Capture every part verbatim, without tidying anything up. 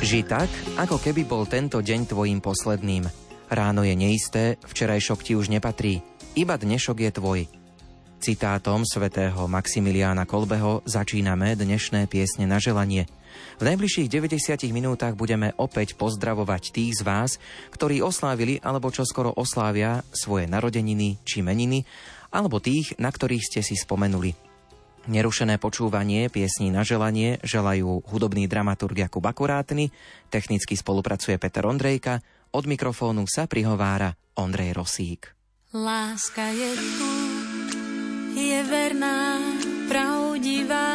Žij tak, ako keby bol tento deň tvojím posledným. Ráno je neisté, včerajšok ti už nepatrí, iba dnešok je tvoj. Citátom svätého Maximiliána Kolbeho začíname dnešné piesne na želanie. V najbližších deväťdesiatich minútach budeme opäť pozdravovať tých z vás, ktorí oslávili alebo čoskoro oslávia svoje narodeniny či meniny, alebo tých, na ktorých ste si spomenuli. Nerušené počúvanie piesní na želanie želajú hudobný dramaturg Jakub Akurátny, technicky spolupracuje Peter Ondrejka, od mikrofónu sa prihovára Ondrej Rosík. Láska je tu, je verná, pravdivá.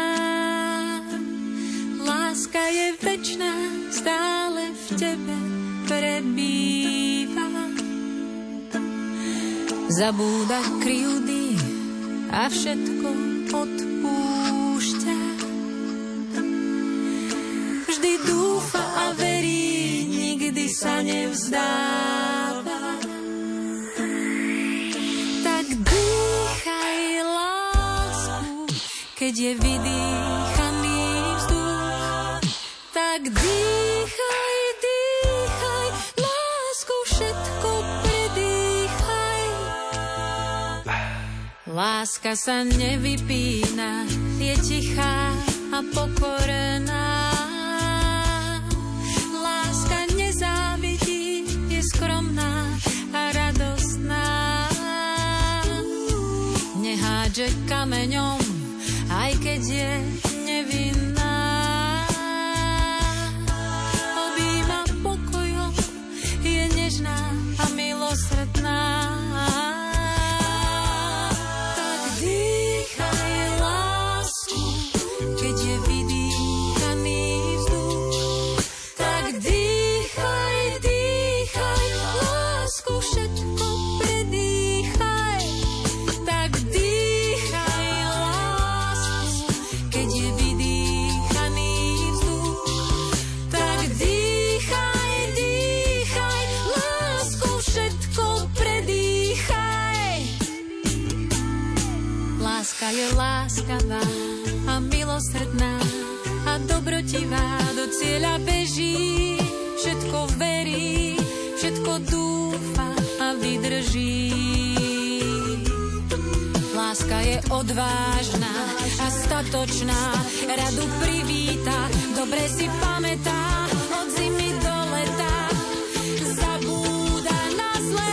Láska je večná, stále v tebe prebýva. Zabúda krivdy a všetko odpúšťa. Vždy dúfa a verí, nikdy sa nevzdáva. Tak dýchaj lásku, keď je vydýchaný vzduch. Tak dýchaj, dýchaj lásku, všetko predýchaj. Láska sa nevypína, je tichá a pokorná. Láska nezávidí, je skromná a radostná. Nehádže kameňom, aj keď je nevinná. Objíma pokojom, je nežná a milosrdná. Láska je láskavá a milosrdná a dobrotivá, do cieľa beží, všetko verí, všetko dúfa a vydrží. Láska je odvážna a statočná, radu privíta, dobre si pamätá, od zimy do leta zabúda na zlé.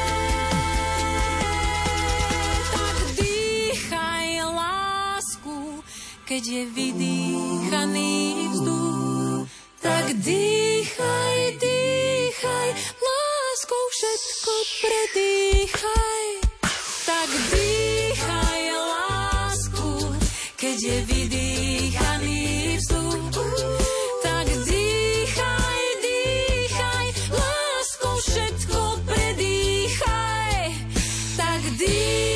Keď je vydýchaný vzduch, tak dýchaj, dýchaj, láskou všetko predýchaj. Tak dýchaj lásku, keď je vydýchaný vzduch, tak dýchaj, dýchaj, láskou všetko predýchaj. Tak dýchaj.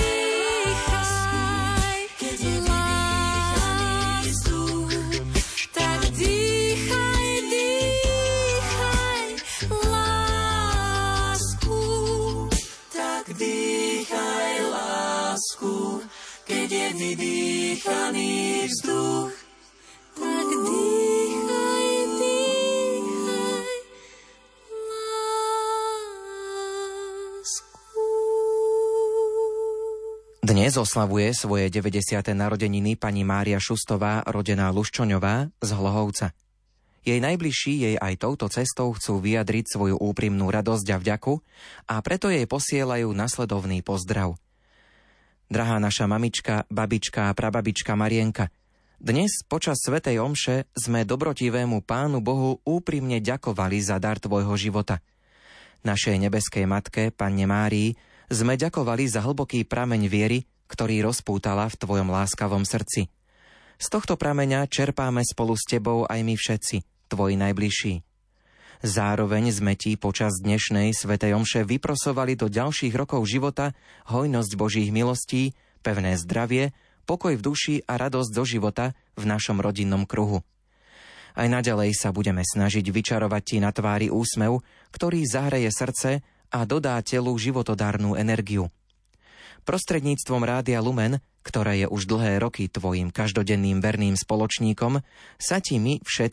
Keď je vydýchaný vzduch, tak dýchaj, dýchaj lásku. Dnes oslavuje svoje deväťdesiate narodeniny pani Mária Šustová, rodená Luščoňová z Hlohovca. Jej najbližší jej aj touto cestou chcú vyjadriť svoju úprimnú radosť a vďaku a preto jej posielajú nasledovný pozdrav. Drahá naša mamička, babička a prababička Marienka, dnes počas svätej omše sme dobrotivému Pánu Bohu úprimne ďakovali za dar tvojho života. Našej nebeskej matke, Panne Márii, sme ďakovali za hlboký prameň viery, ktorý rozpútala v tvojom láskavom srdci. Z tohto prameňa čerpáme spolu s tebou aj my všetci, tvoji najbližší. Zároveň sme ti počas dnešnej svätej omše vyprosovali do ďalších rokov života hojnosť Božích milostí, pevné zdravie, pokoj v duši a radosť zo života v našom rodinnom kruhu. Aj naďalej sa budeme snažiť vyčarovať ti na tvári úsmev, ktorý zahreje srdce a dodá telu životodárnu energiu. Prostredníctvom Rádia Lumen, ktoré je už dlhé roky tvojim každodenným verným spoločníkom, sa ti my všetci,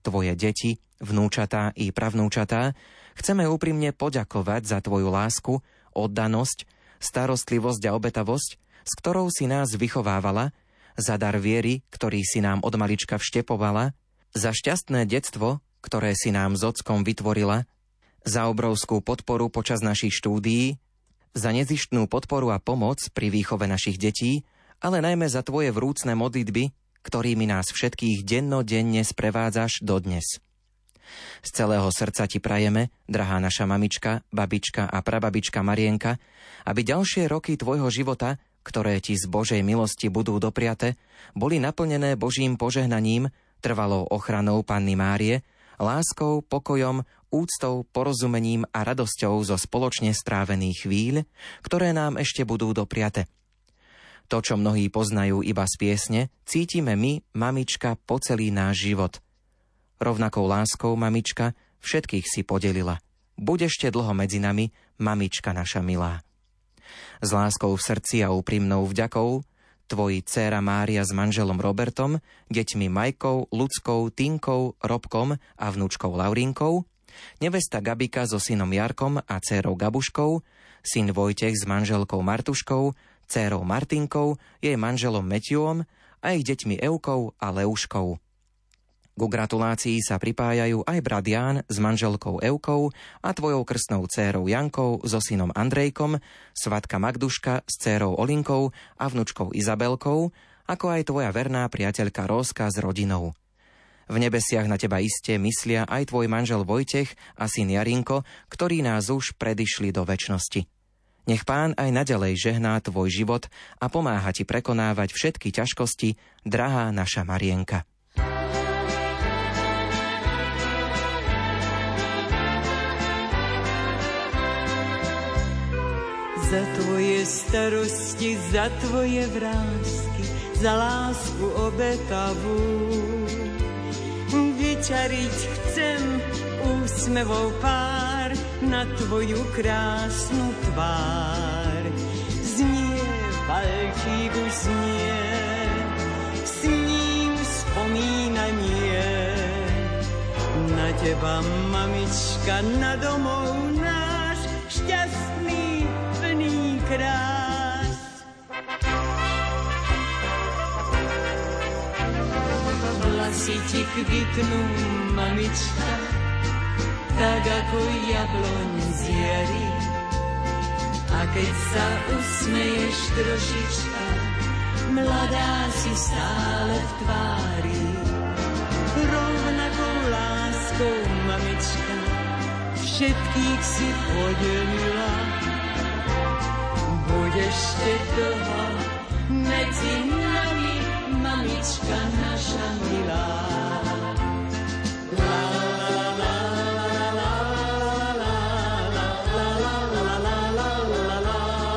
tvoje deti, vnúčatá i pravnúčatá, chceme úprimne poďakovať za tvoju lásku, oddanosť, starostlivosť a obetavosť, s ktorou si nás vychovávala, za dar viery, ktorý si nám od malička vštepovala, za šťastné detstvo, ktoré si nám s ockom vytvorila, za obrovskú podporu počas našich štúdií, za nezištnú podporu a pomoc pri výchove našich detí, ale najmä za tvoje vrúcne modlitby, ktorými nás všetkých dennodenne sprevádzaš dodnes. Z celého srdca ti prajeme, drahá naša mamička, babička a prababička Marienka, aby ďalšie roky tvojho života, ktoré ti z Božej milosti budú dopriate, boli naplnené Božím požehnaním, trvalou ochranou Panny Márie, láskou, pokojom, úctou, porozumením a radosťou zo spoločne strávených chvíľ, ktoré nám ešte budú dopriate. To, čo mnohí poznajú iba z piesne, cítime my, mamička, po celý náš život. Rovnakou láskou, mamička, všetkých si podelila. Buď ešte dlho medzi nami, mamička naša milá. S láskou v srdci a úprimnou vďakou tvoji dcéra Mária s manželom Robertom, deťmi Majkou, Luckou, Tinkou, Robkom a vnúčkou Laurinkou, nevesta Gabika so synom Jarkom a dcérou Gabuškou, syn Vojtech s manželkou Martuškou, dcérou Martinkou, jej manželom Matthewom a ich deťmi Eukou a Leuškou. Ku gratulácii sa pripájajú aj brat Ján s manželkou Eukou a tvojou krstnou dcérou Jankou so synom Andrejkom, svatka Magduška s dcérou Olinkou a vnučkou Izabelkou, ako aj tvoja verná priateľka Rózka s rodinou. V nebesiach na teba iste myslia aj tvoj manžel Vojtech a syn Jarinko, ktorí nás už predišli do večnosti. Nech Pán aj naďalej žehná tvoj život a pomáha ti prekonávať všetky ťažkosti, drahá naša Marienka. Za tvoje starosti, za tvoje vrásky, za lásku obetavú. Vyčariť chcem úsmevou pár na tvoju krásnu tvár. Znie, valčík už znie, s ním spomínanie na teba, mamička, na domov náš šťastný plný krás. Vlasy ti kvitnú, mamička, tak ako jabloň z jary. A keď sa usmeješ trošička, mladá si stále v tvári. Rovnakou láskou, mamička, všetkých si podelila. Budeš te dlho medzi nami, mamička naša milá. La, la, la, la, la, la, la, la, la, la, la, la, la, la.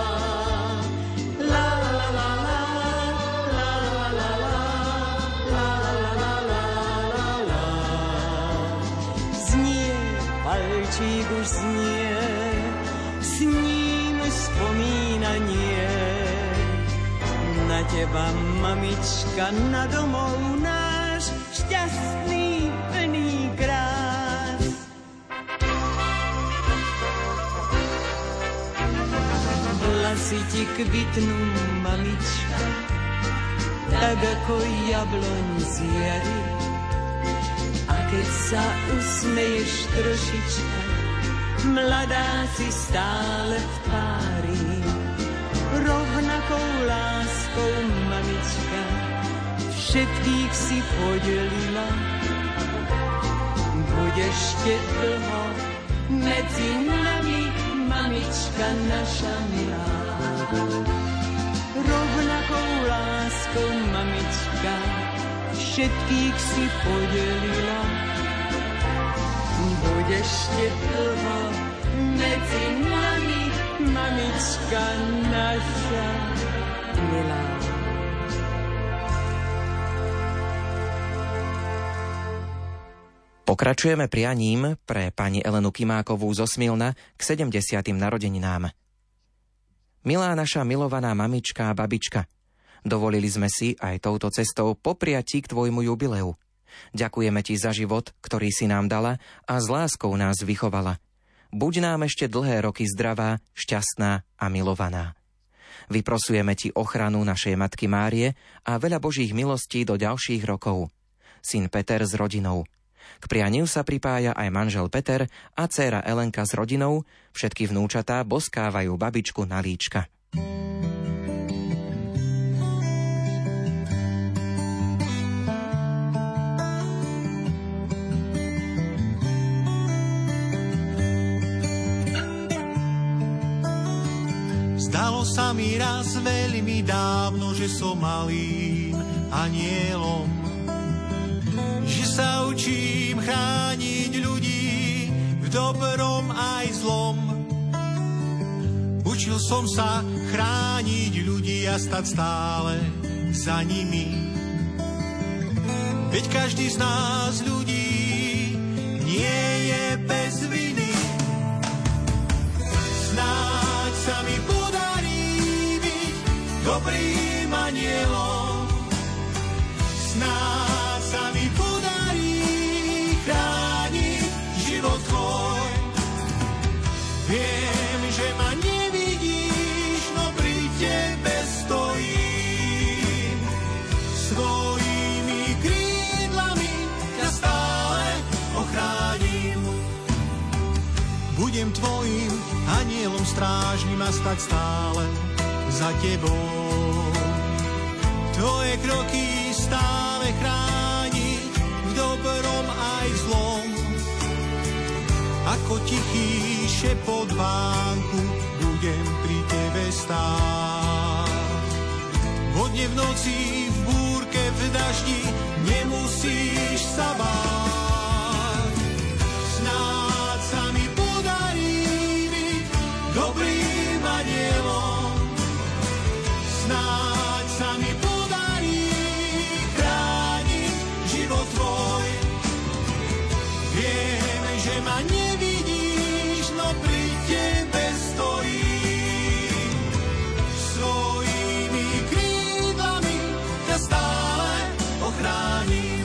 La, la, la, la, la, la, la, la, la, la. Znie, palčík už znie, s ním spomínanie na teba, mamička, na domov náš šťastný plný krás. Vlasy ti kvitnú, mamička, tak ako jabloň z jary. A keď sa usmeješ trošička, mladá si stále v tvári. Rovnakou láskou, mamička, všetkých si podelila. Budeš te dlho medzi nami, mamička naša milá. Rovnakou láskou, mamička, všetkých si podelila. Budeš te dlho medzi nami, mamička naša milá. Pokračujeme prianím pre pani Elenu Kimákovú zo Smilna k sedemdesiatym narodeninám. Milá naša milovaná mamička a babička, dovolili sme si aj touto cestou popriať ti k tvojmu jubileu. Ďakujeme Ti za život, ktorý si nám dala a s láskou nás vychovala. Buď nám ešte dlhé roky zdravá, šťastná a milovaná. Vyprosujeme Ti ochranu našej Matky Márie a veľa Božích milostí do ďalších rokov. Syn Peter s rodinou. K prianiu sa pripája aj manžel Peter a dcéra Elenka s rodinou, všetky vnúčatá boskávajú babičku na líčka. Zdalo sa mi raz veľmi dávno, že som malým anielom, že sa učím chrániť ľudí v dobrom aj zlom. Učil som sa chrániť ľudí a stať stále za nimi. Veď každý z nás ľudí nie je bez viny. Snáď sa mi podarí byť dobrým anielom. Snáď sa mi podarí chrániť život tvoj. Viem, že ma nevidíš, no pri tebe stojím. Svojimi krídlami ťa stále ochránim. Budem tvojim anielom strážnym a stať stále za tebou. Tvoje kroky stále chrániť v dobrom aj zlom. Ako tichý šepot vánku budem pri tebe stáť. Vodne v noci, v búrke, v daždi nemusíš sa báť. Snáď sa mi podarí byť dobrým anielom. Snáď sa mi podarí chrániť život tvoj. Viem, že ma nevidíš, no pri tebe stojím. Svojimi krídlami ťa stále ochránim.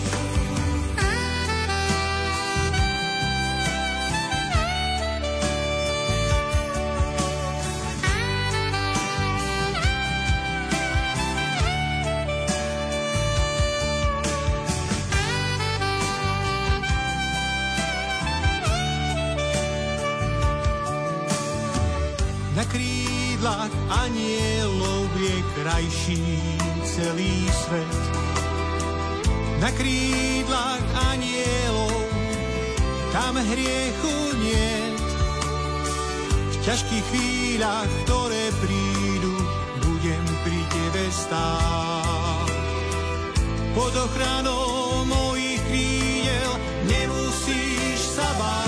Na krídlach anielov je krajší celý svet. Na krídlach anielov tam hriechu niet. V ťažkých chvíľach, ktoré prídu, budem pri tebe stáť. Pod ochranou mojich krídel nemusíš sa báť.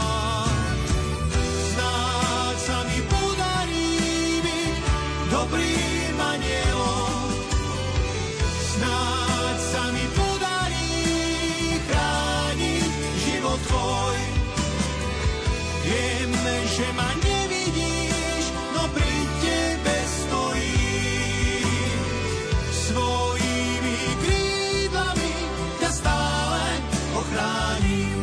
Dobrým anielom, snáď sa mi podarí chrániť život tvoj. Viem, že ma nevidíš, no pri tebe stojím. Svojimi krídlami ťa stále ochránim.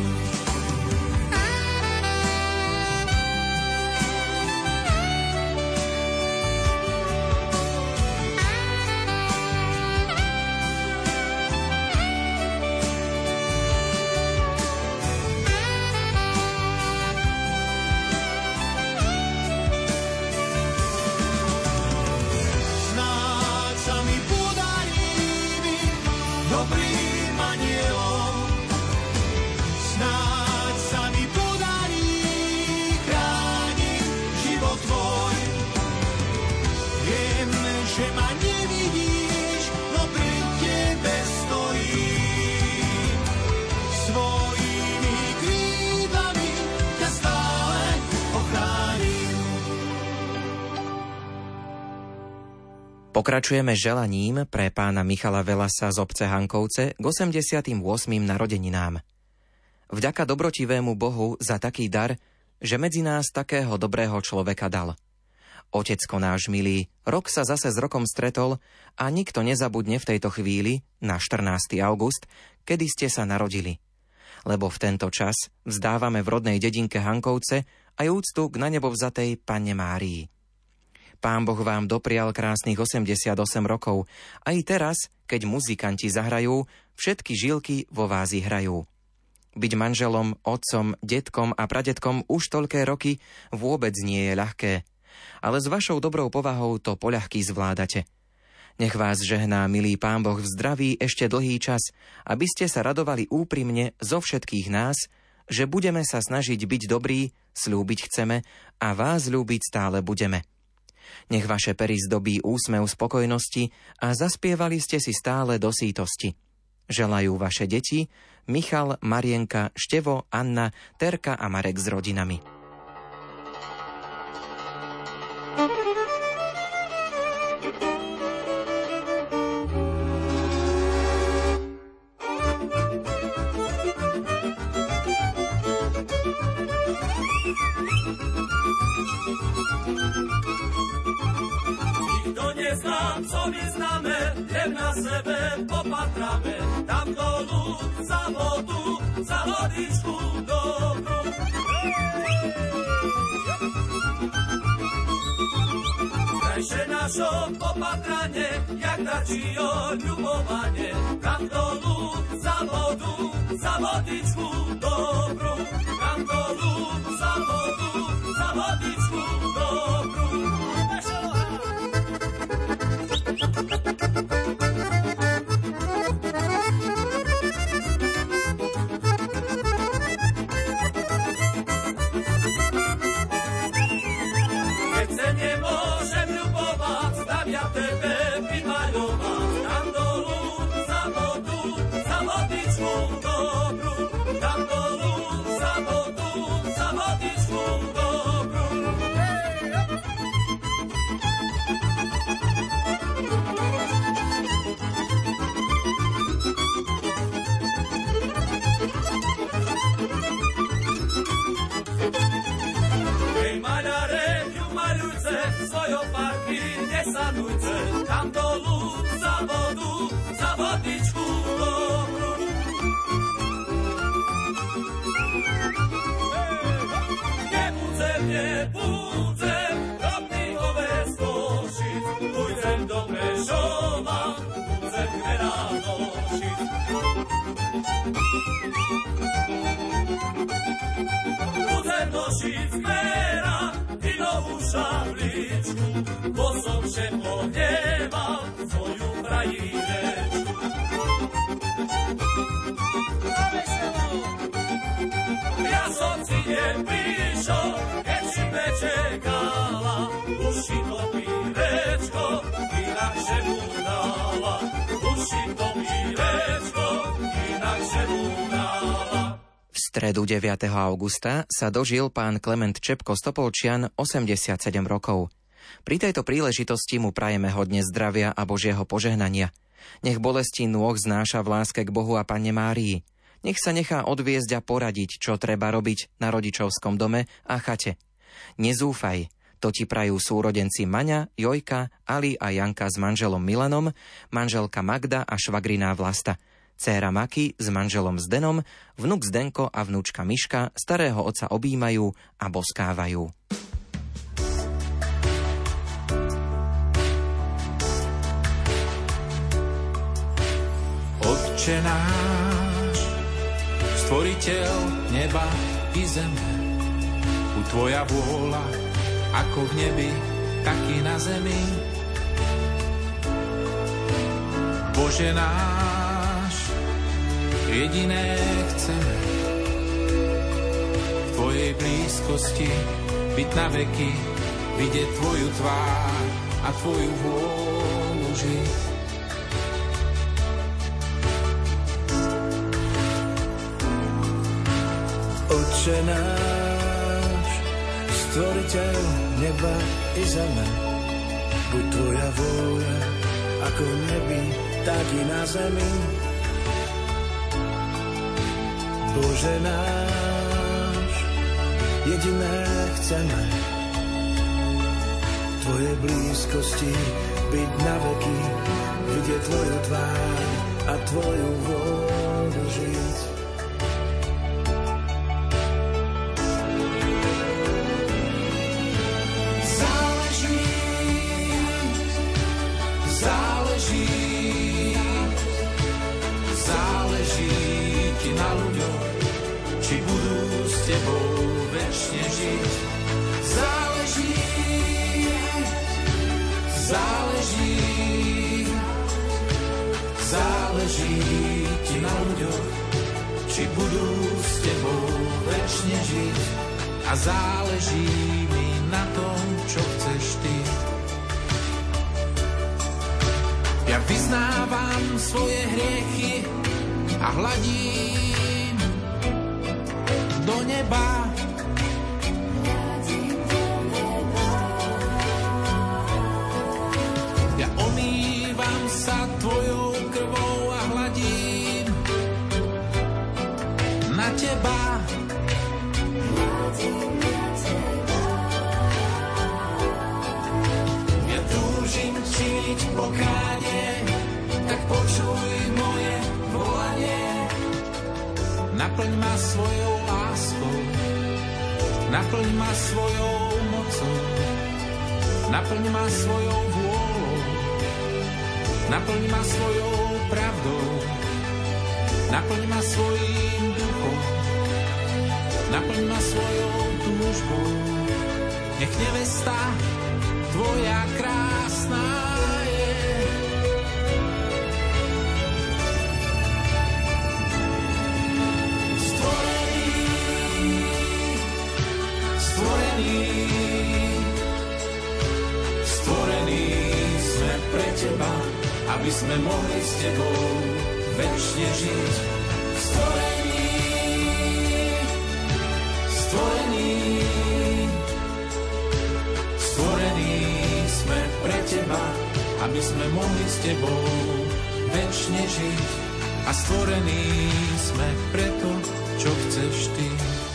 Pokračujeme želaním pre pána Michala Velasa z obce Hankovce k osemdesiatym ôsmym narodeninám. Vďaka dobrotivému Bohu za taký dar, že medzi nás takého dobrého človeka dal. Otecko náš milý, rok sa zase s rokom stretol a nikto nezabudne v tejto chvíli na štrnásteho augusta, kedy ste sa narodili. Lebo v tento čas vzdávame v rodnej dedinke Hankovce aj úctu k nanebovzatej Panne Márii. Pán Boh vám doprial krásnych osemdesiatosem rokov. Aj teraz, keď muzikanti zahrajú, všetky žilky vo vás hrajú. Byť manželom, otcom, detkom a pradetkom už toľké roky vôbec nie je ľahké. Ale s vašou dobrou povahou to poľahky zvládate. Nech vás žehná, milý Pán Boh, v zdraví ešte dlhý čas, aby ste sa radovali úprimne zo všetkých nás, že budeme sa snažiť byť dobrí, sľúbiť chceme a vás ľúbiť stále budeme. Nech vaše pery zdobí úsmev spokojnosti a zaspievali ste si stále do sítosti. Želajú vaše deti Michal, Marienka, Števo, Anna, Terka a Marek s rodinami. Co my známe, jen na sebe popatráme, tam dolu za vodu, za vodičku dobrú. Krajšie našo popatranie, jak dačio ľubovanie, tam dolu za vodu, za vodičku dobrú. Tam dolu za vodu, za vodičku dobrú. Keď se nemôžem ľubovať, stavia tebe vymaľovať. Tam dolu za vodu, za vodičku dobrú. Tam dolu za vodu, za vodičku dobrú. Svojou parky nesanujce, tam dolu za vodu, za vodičku dobrú. Nebudem, nebudem, drobný oves košic, pôjdem do Prešova, budem kde rádošiť. Budem nošiť zbera, novú šabličku, bo som že pohneval svoju krajinečku. Ja som si neprišiel, keď si nečekala, už si to pírečko inakšie mu dala. Už si to pírečko inakšie mu dala. V stredu deviateho augusta sa dožil pán Klement Čepko Stopolčian osemdesiatsedem rokov. Pri tejto príležitosti mu prajeme hodne zdravia a Božieho požehnania. Nech bolesti nôh znáša v láske k Bohu a Panne Márii. Nech sa nechá odviezť a poradiť, čo treba robiť na rodičovskom dome a chate. Nezúfaj, to ti prajú súrodenci Maňa, Jojka, Ali a Janka s manželom Milanom, manželka Magda a švagriná Vlasta, dcéra Maki s manželom Zdenom, vnuk Zdenko a vnúčka Miška starého otca objímajú a boskávajú. Otče náš, stvoriteľ neba i zeme, u tvoja vôľa, ako v nebi, tak i na zemi. Bože náš, jediné chceme v tvojej blízkosti byť na veky, vidieť tvoju tvár a tvoju vôľu žiť. Otče náš, stvoriteľ neba i zeme, buď tvoja vôľa, ako v nebi, tak i na zemi. Bože náš, jediné chceme v Tvojej blízkosti byť na veky, vidieť Tvoju tvár a Tvoju vôľu žiť. Záleží, záleží, záleží ti na ľuďoch, či budú s tebou večne žiť. Záleží, záleží, záleží ti na ľuďoch, či budú s tebou večne žiť. A záleží mi na tom, čo chceš ty. Ja vyznávam svoje hriechy a hladím do neba. Ja omývam sa tvojou krvou a hladím na teba. Ja túžim činiť pokánie, tak počuj moje volanie. Naplň ma svojou láskou, naplň ma svojou mocou, naplň ma svojou vôľou, naplň ma svojou pravdou, naplň ma svojím duchom, naplň ma svojou túžbou. Nech nevesta tvoja krásna je. Stvorení, stvorení sme pre teba, aby sme mohli s tebou večne žiť. Stvorení, stvorení, stvorení sme pre teba, aby sme mohli s tebou večne žiť. A stvorení sme pre to, čo chceš ty.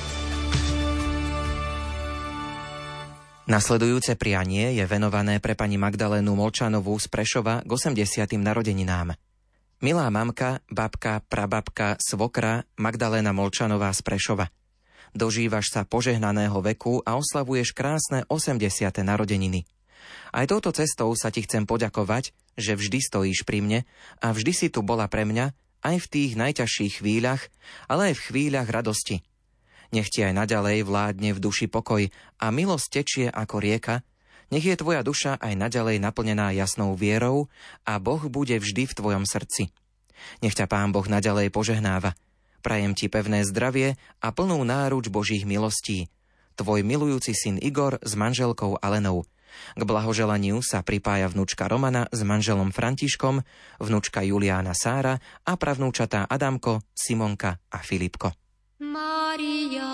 Nasledujúce prianie je venované pre pani Magdalénu Molčanovú z Prešova k osemdesiatym narodeninám. Milá mamka, babka, prababka, svokra Magdaléna Molčanová z Prešova. Dožívaš sa požehnaného veku a oslavuješ krásne osemdesiate narodeniny. Aj touto cestou sa ti chcem poďakovať, že vždy stojíš pri mne a vždy si tu bola pre mňa aj v tých najťažších chvíľach, ale aj v chvíľach radosti. Nech ti aj naďalej vládne v duši pokoj a milosť tečie ako rieka, nech je tvoja duša aj naďalej naplnená jasnou vierou a Boh bude vždy v tvojom srdci. Nech ťa Pán Boh naďalej požehnáva. Prajem ti pevné zdravie a plnú náruč Božích milostí. Tvoj milujúci syn Igor s manželkou Alenou. K blahoželaniu sa pripája vnúčka Romana s manželom Františkom, vnúčka Juliána Sára a pravnúčatá Adamko, Simonka a Filipko. Mária,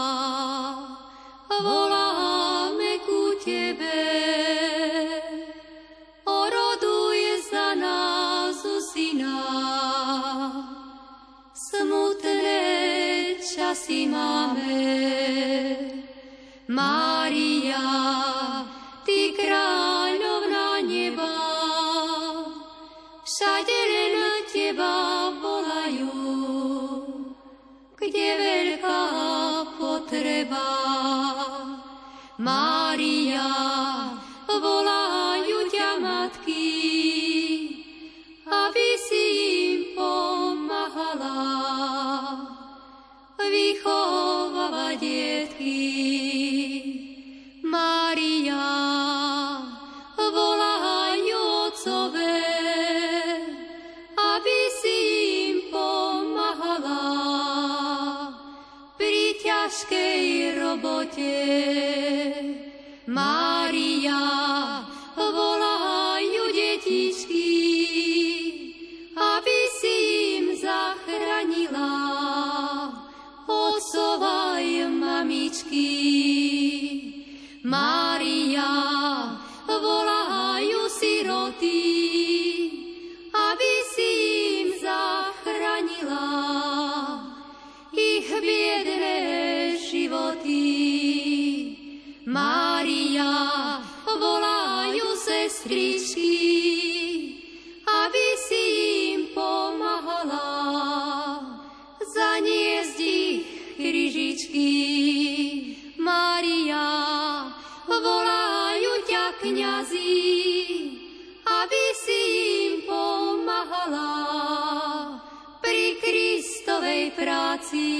voláme ku tebe, oroduj za nás u syna. Smutné časy máme, Mária, ty kráľovná neba, všade len teba volajú, kde veľká potreba. Mária, volajú ťa matky, aby si im pomáhala vychovávať detky. Mária, volajú otcové, aby si im pomáhala pri ťažkej robote. Mária, volajú detičky, aby si im zachránila otcova aj mamičky. sestríčky, aby si im pomáhala zaniesť ich križičky. Mária, volajú ťa kňazi, aby si im pomáhala pri Kristovej práci.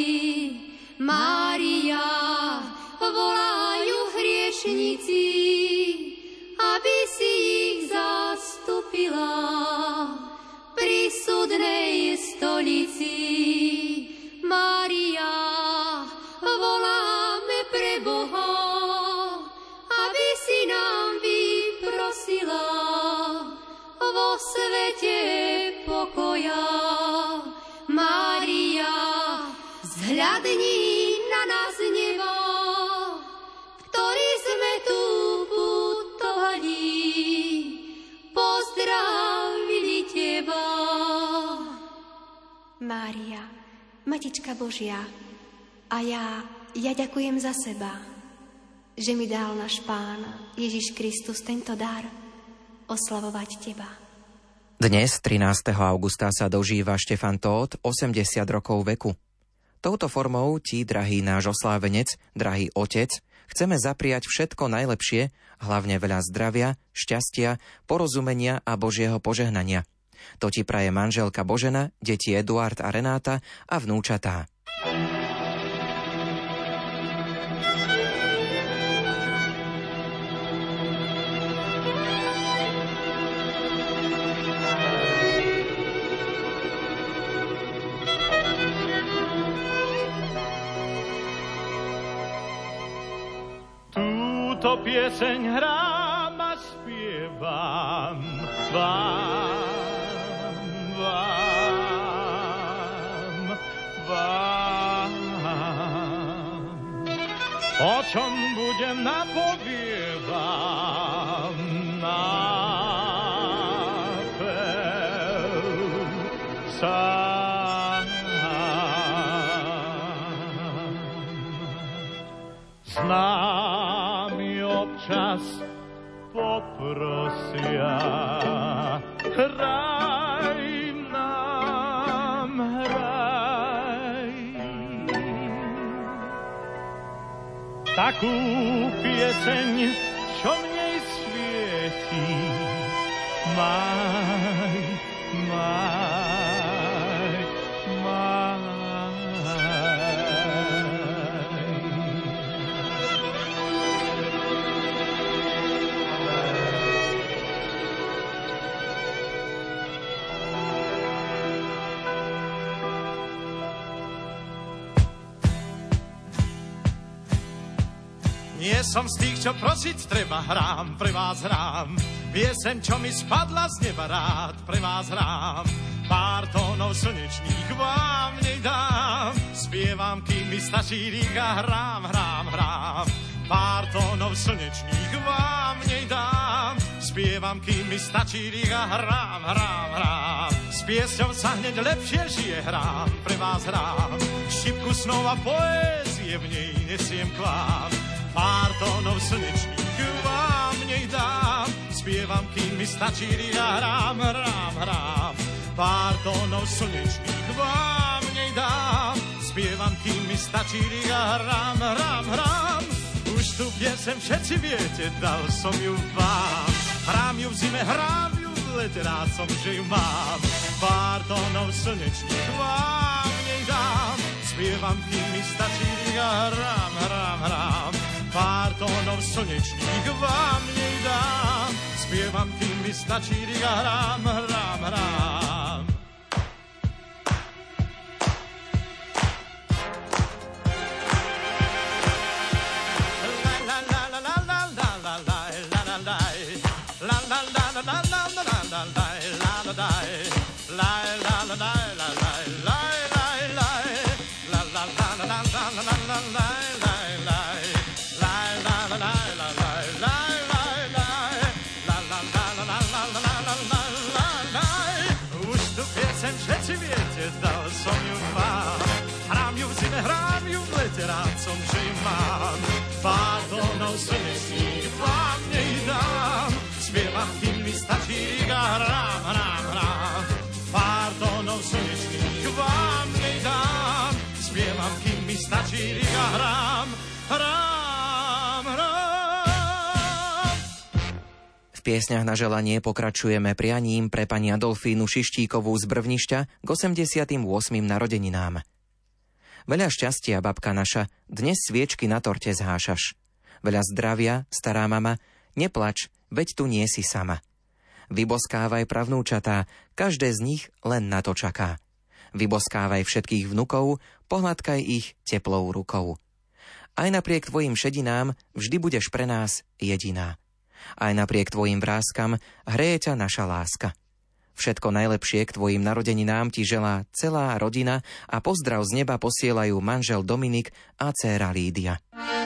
Mária, volajú hriešnici, aby si ich zastúpila pri súdnej stolici. Mária, voláme pre Boha, aby si nám vyprosila vo svete pokoja. Mária, zhľadni na nás neba, ktorí sme tu putovali, pozdravili teba. Mária, Matička Božia, a ja, ja ďakujem za seba, že mi dal náš Pán Ježiš Kristus tento dar oslavovať teba. Dnes, trinásteho augusta, sa dožíva Štefan Tóth osemdesiat rokov veku. Touto formou ti, drahý náš oslávenec, drahý otec, chceme zapriať všetko najlepšie, hlavne veľa zdravia, šťastia, porozumenia a Božieho požehnania. To ti praje manželka Božena, deti Eduard a Renáta a vnúčatá. Túto pieseň hrám a spievam vám, vám, vám. O čom budem napovievam nápev sám. Známi občas poprosia, hraj nám, hraj takú pieseň, čo v nej svieti. Maj, maj, maj. Nie som z tých, čo prosiť treba, hrám, pre vás hrám. Pieseň, čo mi spadla z neba, rád pre vás hrám. Pár tónov slnečných vám nej dám, spievam, kým mi stačí rýk a hrám, hrám, hrám. Pár tónov slnečných vám nej dám, spievam, kým mi stačí rýk a hrám, hrám, hrám. S piesňou sa hneď lepšie žije, hrám, pre vás hrám. Šipku snov a poézie v nej nesiem k vám. Pár tónov slnečných vám nej dám, spievam, kým mi stačí rýk a hrám, hrám, hrám. Pár tónov slnečných vám nej dám, spievam, kým mi stačí rýk a hrám, hrám, hrám. Už tu piesem všetci viete, dal som ju vám. Hrám ju v zime, hrám ju v lete, rád som, že ju mám. Pár tónov slnečných vám nej dám, spievam, kým mi stačí rýk a hrám, hrám, hrám. Pár tónov slnečných vám nej dám, spievam, kým mi stačí rýk a hrám, hrám, hrám. La piesňach na želanie pokračujeme prianím pre pani Adolfínu Šištíkovú z Brvnišťa k osemdesiatym ôsmym narodeninám. Veľa šťastia, babka naša, dnes sviečky na torte zhášaš. Veľa zdravia, stará mama, neplač, veď tu nie si sama. Vyboskávaj pravnúčatá, každé z nich len na to čaká. Vyboskávaj všetkých vnukov, pohľadkaj ich teplou rukou. Aj napriek tvojim šedinám vždy budeš pre nás jediná. Aj napriek tvojim vráskam hreje ťa naša láska. Všetko najlepšie k tvojim narodeninám ti želá celá rodina a pozdrav z neba posielajú manžel Dominik a dcéra Lídia.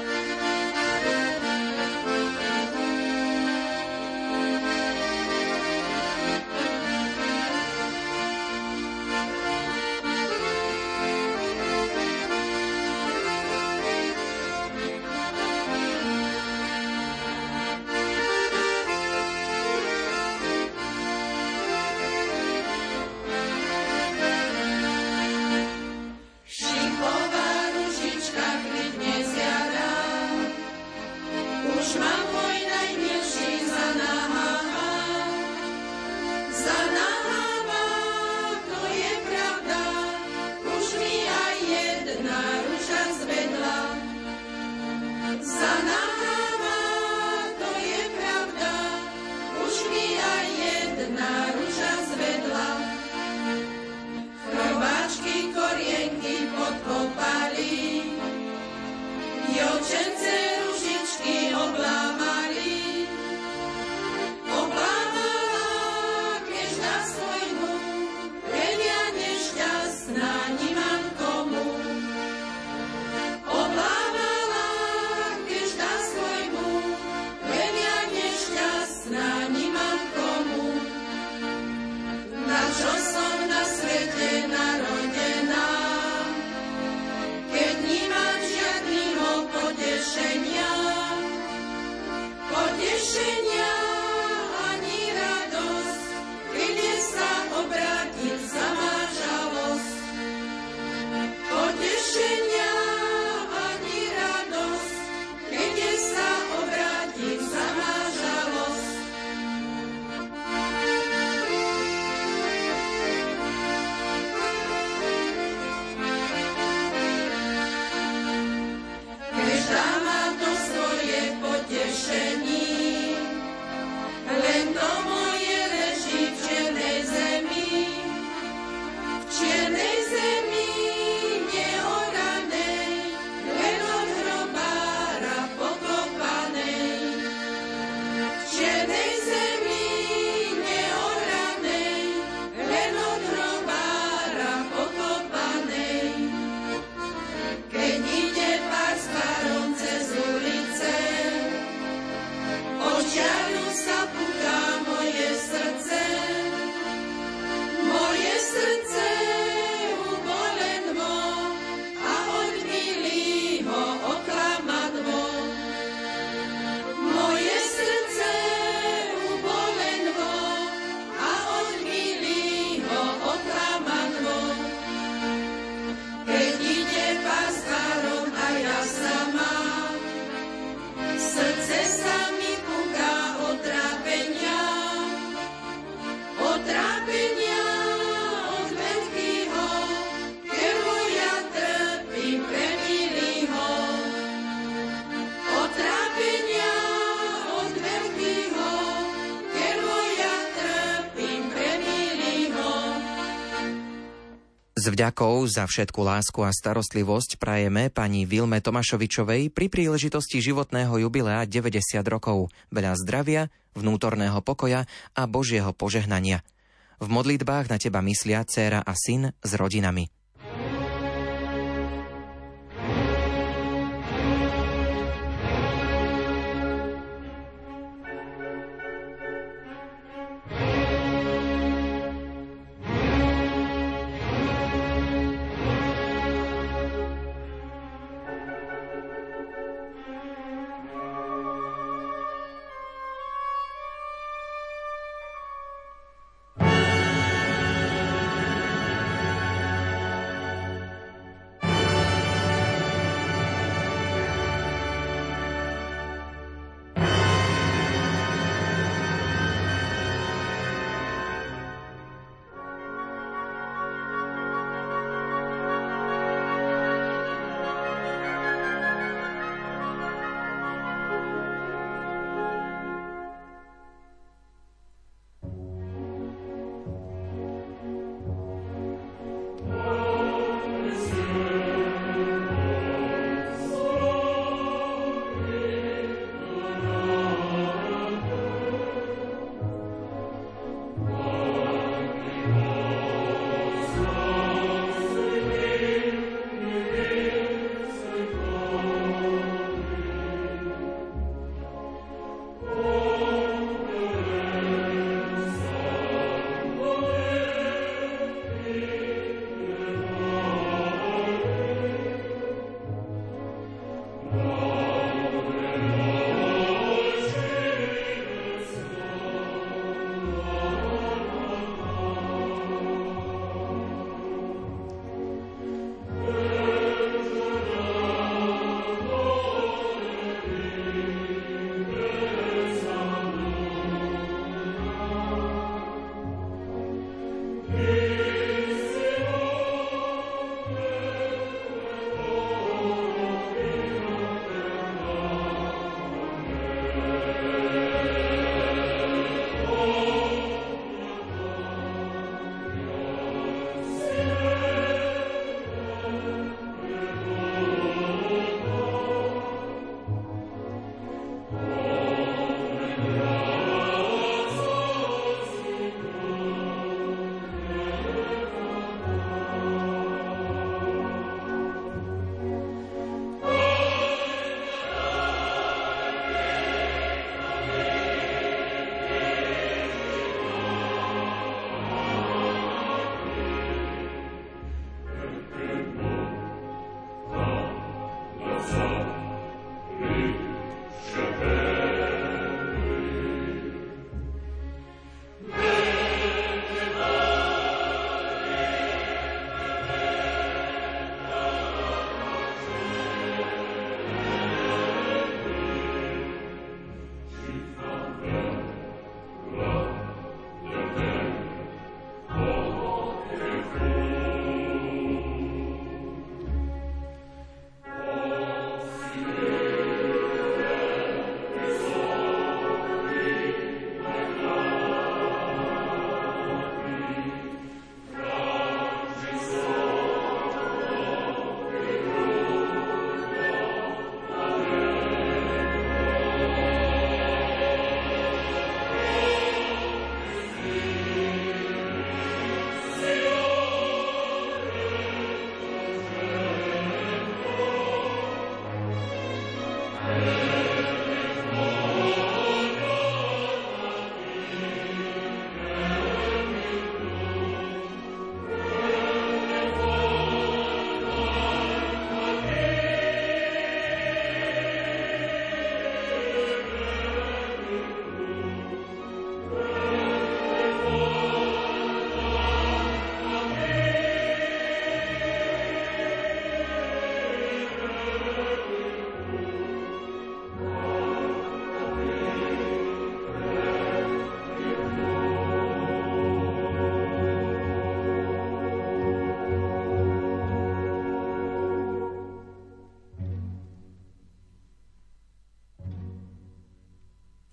S vďakou za všetku lásku a starostlivosť prajeme pani Vilme Tomášovičovej pri príležitosti životného jubilea deväťdesiat rokov, veľa zdravia, vnútorného pokoja a Božieho požehnania. V modlitbách na teba myslia dcéra a syn s rodinami.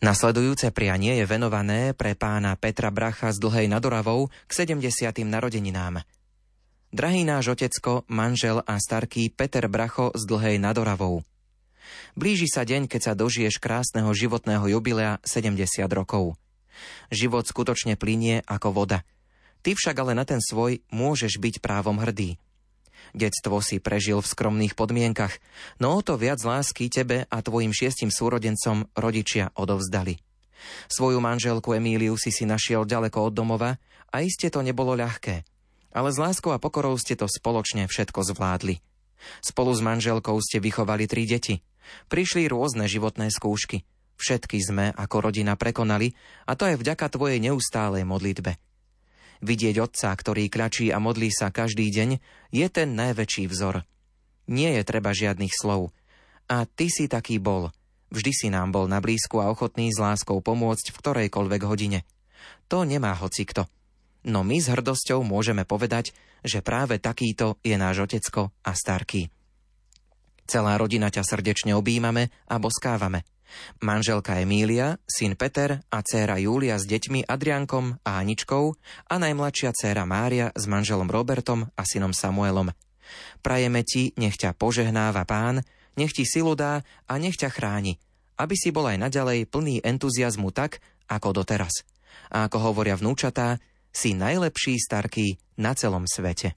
Nasledujúce prianie je venované pre pána Petra Bracha z Dlhej nad Oravou k sedemdesiatym narodeninám. Drahý náš otecko, manžel a starký Peter Bracho z Dlhej nad Oravou. Blíži sa deň, keď sa dožiješ krásneho životného jubilea sedemdesiat rokov. Život skutočne plynie ako voda. Ty však ale na ten svoj môžeš byť právom hrdý. Detstvo si prežil v skromných podmienkach, no o to viac lásky tebe a tvojim šiestim súrodencom rodičia odovzdali. Svoju manželku Emíliu si si našiel ďaleko od domova a iste to nebolo ľahké, ale s láskou a pokorou ste to spoločne všetko zvládli. Spolu s manželkou ste vychovali tri deti. Prišli rôzne životné skúšky. Všetky sme ako rodina prekonali a to aj vďaka tvojej neustálej modlitbe. Vidieť otca, ktorý kľačí a modlí sa každý deň, je ten najväčší vzor. Nie je treba žiadnych slov. A ty si taký bol. Vždy si nám bol na blízku a ochotný s láskou pomôcť v ktorejkoľvek hodine. To nemá hocikto. No my s hrdosťou môžeme povedať, že práve takýto je náš otecko a starký. Celá rodina ťa srdečne objímame a boskávame. Manželka Emília, syn Peter a dcéra Júlia s deťmi Adriánkom a Aničkou a najmladšia dcéra Mária s manželom Robertom a synom Samuelom. Prajeme ti, nech ťa požehnáva Pán, nech ti silu dá a nech ťa chráni, aby si bol aj naďalej plný entuziazmu tak, ako doteraz. A ako hovoria vnúčatá, si najlepší starký na celom svete.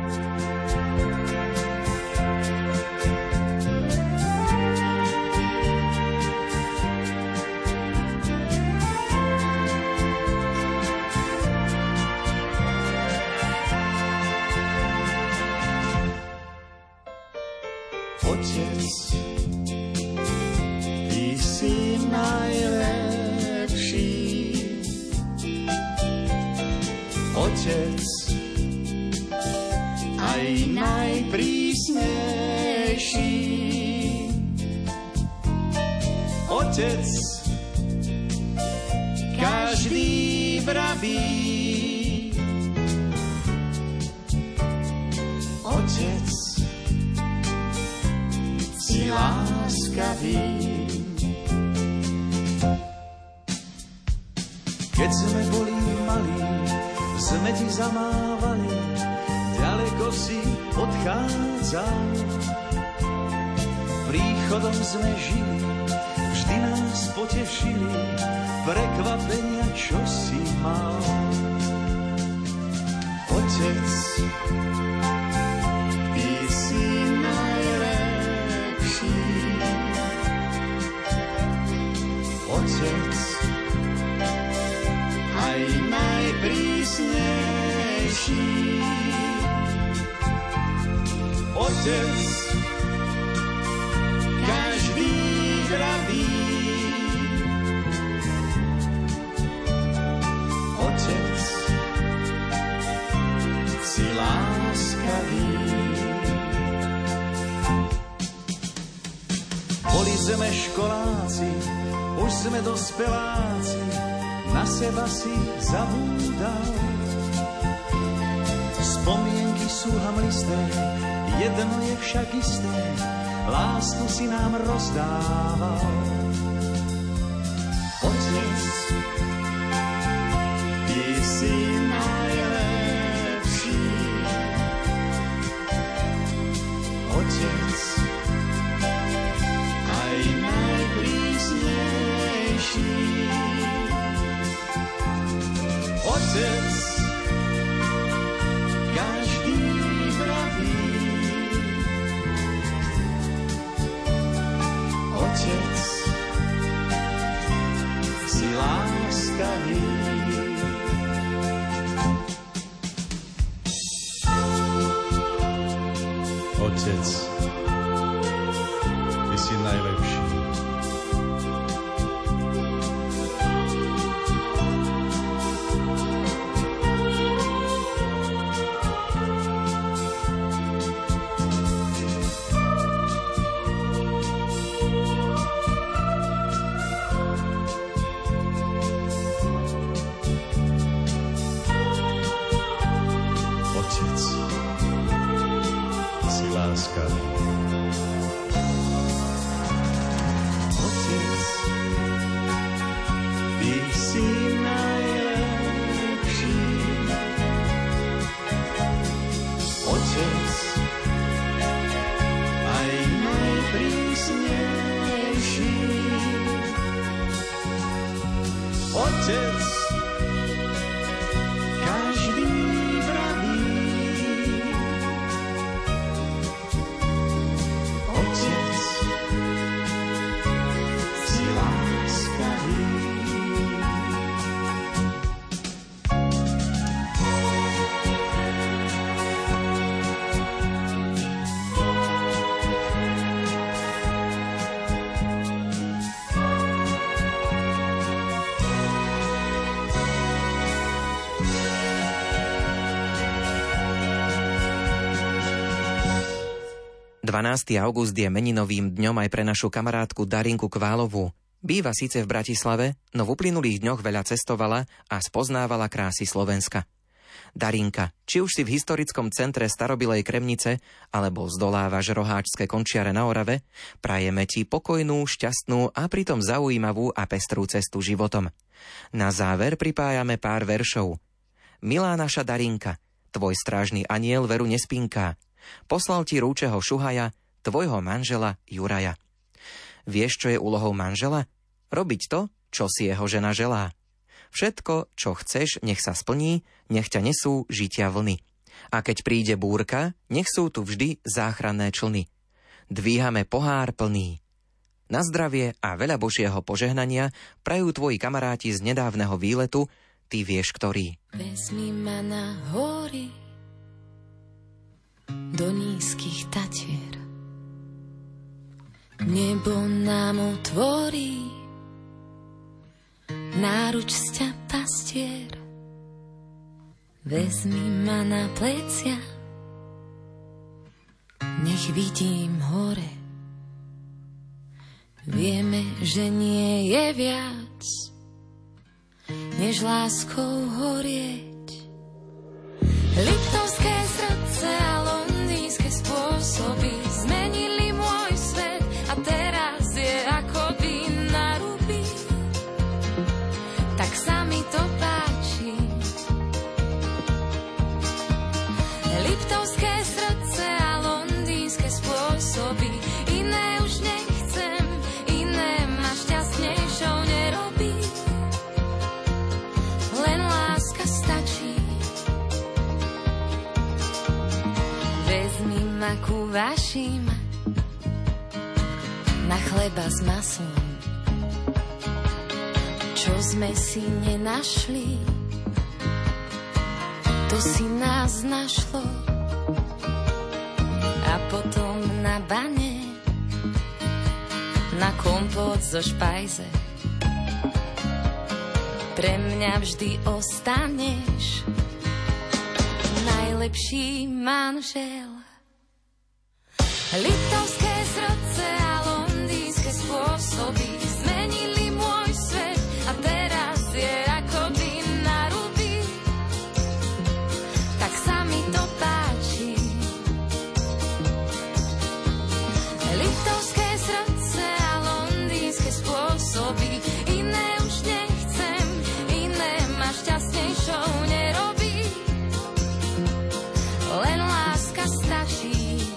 Otec, ty si najlepší. Otec, aj najprísnejší. Otec, každý vraví. Otec, si láskavý. Keď sme boli malí, sme ti zamávali, ďaleko si odchádzal. Príchodom sme žili, vždy nás potešili, prekvapenia, čo si mal. Otec, ty si najlepší. Otec, aj najprísnejší. Otec, každý vraví. Otec, si láskavý. Boli sme školáci, už sme dospeláci, na seba si zabúdal. Spomienky sú hamlisté, jedno je však isté, lásku si nám rozdával. Otec, ty si najlepší. Otec, aj najprísnejší. Otec, každý vraví. Otec, si láskavý. Otec, ty si najlepší. Otec, každý vraví, Otec, si láskavý. dvanásteho august je meninovým dňom aj pre našu kamarátku Darinku Kválovú. Býva síce v Bratislave, no v uplynulých dňoch veľa cestovala a spoznávala krásy Slovenska. Darinka, či už si v historickom centre starobilej Kremnice, alebo zdolávaš roháčske končiare na Orave, prajeme ti pokojnú, šťastnú a pritom zaujímavú a pestrú cestu životom. Na záver pripájame pár veršov. Milá naša Darinka, tvoj strážny aniel veru nespinká. Poslal ti rúčeho šuhaja, tvojho manžela Juraja. Vieš, čo je úlohou manžela? Robiť to, čo si jeho žena želá. Všetko, čo chceš, nech sa splní, nech ťa nesú žitia vlny. A keď príde búrka, nech sú tu vždy záchranné člny. Dvíhame pohár plný. Na zdravie a veľa Božieho požehnania prajú tvoji kamaráti z nedávneho výletu, ty vieš ktorý. Vezmi ma na hory, do nízkych Tatier. Nebo nám otvorí náruč sťa pastier. Vezmi ma na plecia, nech vidím hore. Vieme, že nie je viac, než láskou horieť. Liptovské srdce a londýnske spôsoby zmenili môj svet a teraz je ako vín na ruby. Tak sa mi to páči. Liptovské srdce a londýnske spôsoby, iné už nechcem, iné ma šťastnejšou nerobí. Len láska stačí. Vezmi ma ku vašim na chleba s maslom, čo sme si nenašli, to si nás našlo. A potom na bane, na kompot zo špajze, pre mňa vždy ostaneš najlepší manžel. Liptovské srdce a londýnske spôsoby zmenili môj svet a teraz je ako vín na ruby. Tak sa mi to páči. Liptovské srdce a londýnske spôsoby, iné už nechcem, iné ma šťastnejšou nerobí. Len láska stačí.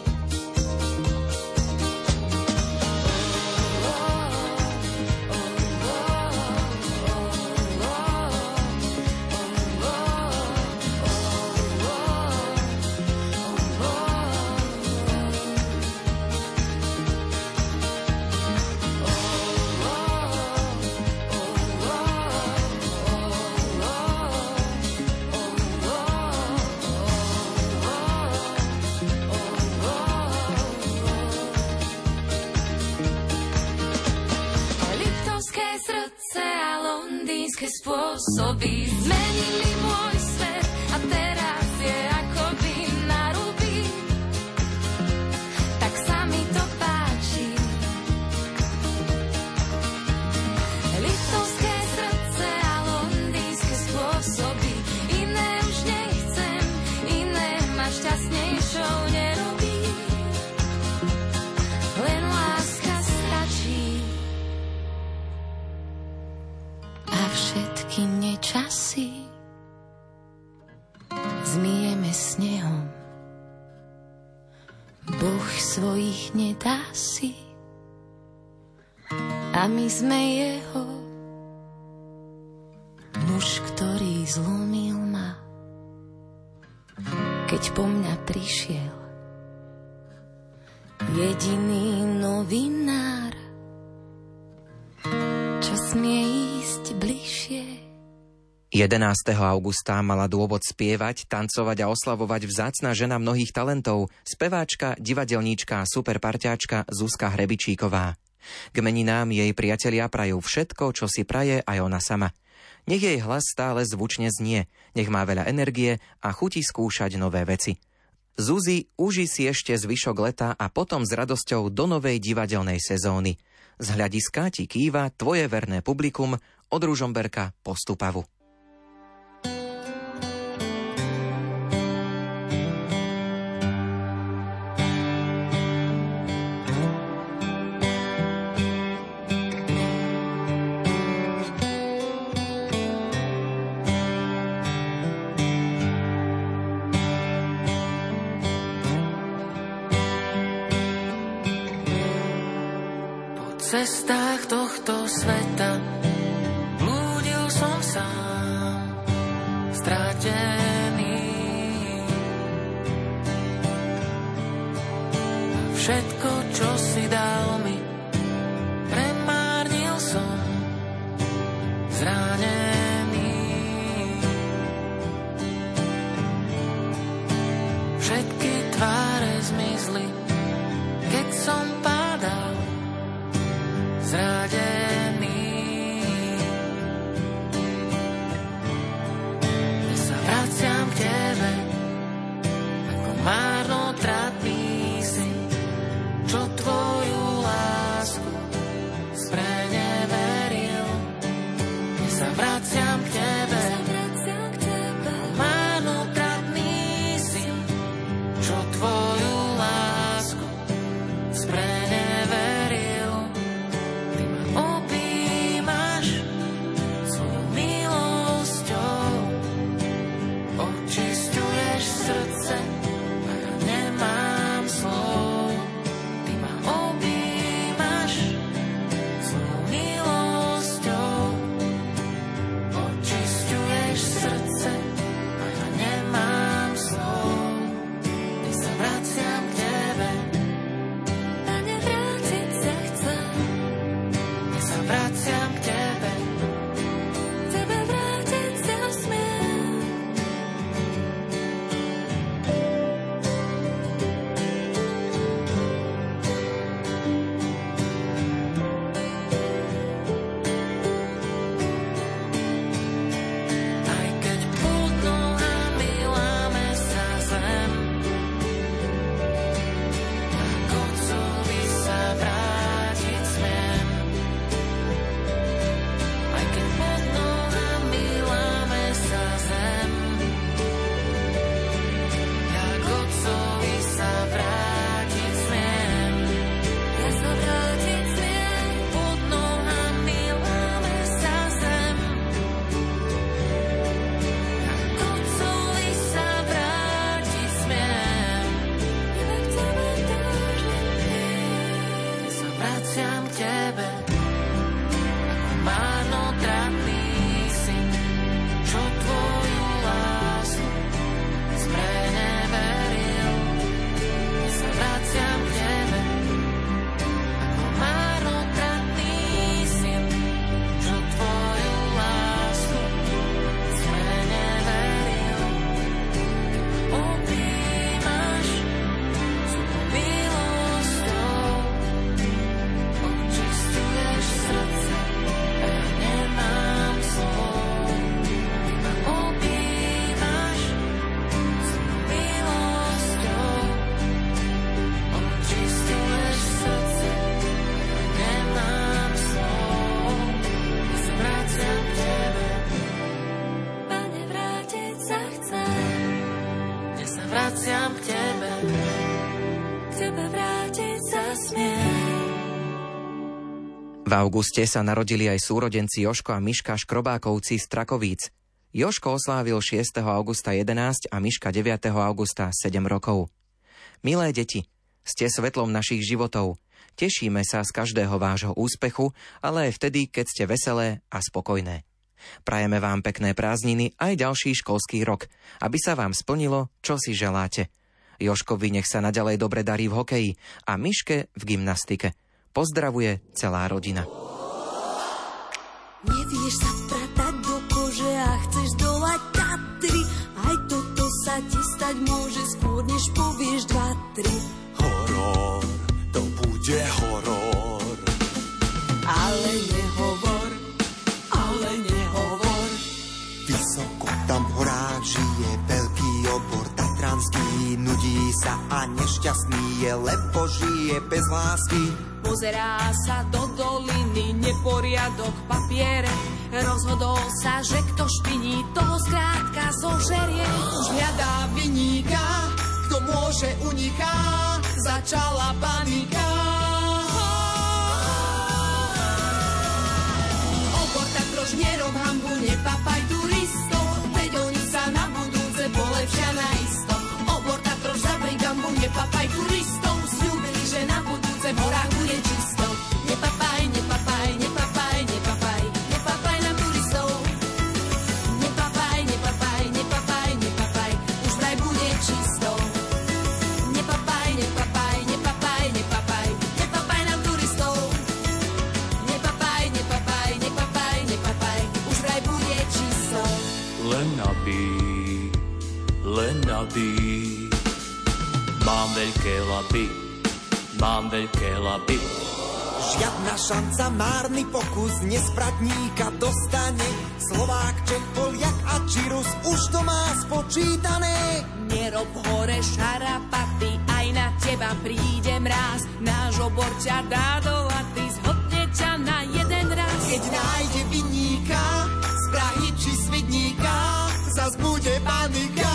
Spôsoby zmenili môj svet a teraz je ako vín na ruby. Tak sa mi to páči. Liptovské srdce a londýnske spôsoby, iné už nechcem, iné ma šťastnejšou nerobí. Len láska stačí. Všetky nečasy zmijeme snehom. Boh svojich nedá si a my sme jeho. muž, ktorý zlomil ma, keď po mňa prišiel jediný novinár, čo smie ísť bližšie. jedenásteho augusta mala dôvod spievať, tancovať a oslavovať vzácna žena mnohých talentov, speváčka, divadelníčka a superparťáčka Zuzka Hrebičíková. K meninám jej priatelia prajú všetko, čo si praje aj ona sama. Nech jej hlas stále zvučne znie, nech má veľa energie a chutí skúšať nové veci. Zuzi, uži si ešte zvyšok leta a potom s radosťou do novej divadelnej sezóny. Z hľadiska ti kýva tvoje verné publikum od Ružomberka po Stupavu. Cestách tohto sveta blúdil som sám, stratený. Všetko, čo si dal mi, premárnil som, zranený. Všetky tváre zmizli, keď som padal, zradený. Ja sa vraciam k tebe, ako márnotratný syn, čo tvoju lásku spreneveril. Ja sa vraciam k tebe, ako márnotratný syn, čo tvoju lásku spreneveril. V auguste sa narodili aj súrodenci Joško a Miška Škrobákovci z Trakovíc. Joško oslávil šiesteho augusta jedenásť a Miška deviateho augusta sedem rokov. Milé deti, ste svetlom našich životov. Tešíme sa z každého vášho úspechu, ale aj vtedy, keď ste veselé a spokojné. Prajeme vám pekné prázdniny aj ďalší školský rok, aby sa vám splnilo, čo si želáte. Jožkovi nech sa naďalej dobre darí v hokeji a Miške v gymnastike. Pozdravuje celá rodina. Nevieš sa pratať do kože a chceš dolať Tatry. Aj toto sa ti stať môže skôr, než povieš dva, tri. Horor, to bude horor. Ale nehovor, ale nehovor. Vysoko tam v horách žije veľký obor tatranský. Nudí sa a nešťastný je, lebo žije bez lásky. Pozerá sa do doliny, neporiadok papiere. Rozhodol sa, že kto špiní, toho skrátka zožerie. Už hľadá viníka, kto môže uniká. Začala panika. Obor tak troš nerob hambu, nepapaj turistov, veď oni sa na budúce polepšia naisto. Obor tak troš zabri gambu, nepapaj turistov, sľúbili, že na budúce v horách bude čisto. Nepapaj, nepapaj, nepapaj, nepapaj, nepapaj na turistov. Nepapaj, nepapaj, nepapaj, nepapaj, už vraj bude čisto. Nepapaj, nepapaj, nepapaj, nepapaj, nepapaj na turistov. Nepapaj, nepapaj, nepapaj, nepapaj, už vraj bude čisto. Len aby, len aby, mám veľké lapy, mám veľké lapy. Žiadna šanca, márny pokus, nespratníka dostane. Slovák, Čech, Poliak a Čirus už to má spočítané. Nerob hore šarapaty, aj na teba príde mráz. Náš obor ťa dá do laty, zhodne ťa na jeden raz. Keď nájde vinníka, z Prahy či Svidníka, zas bude panika.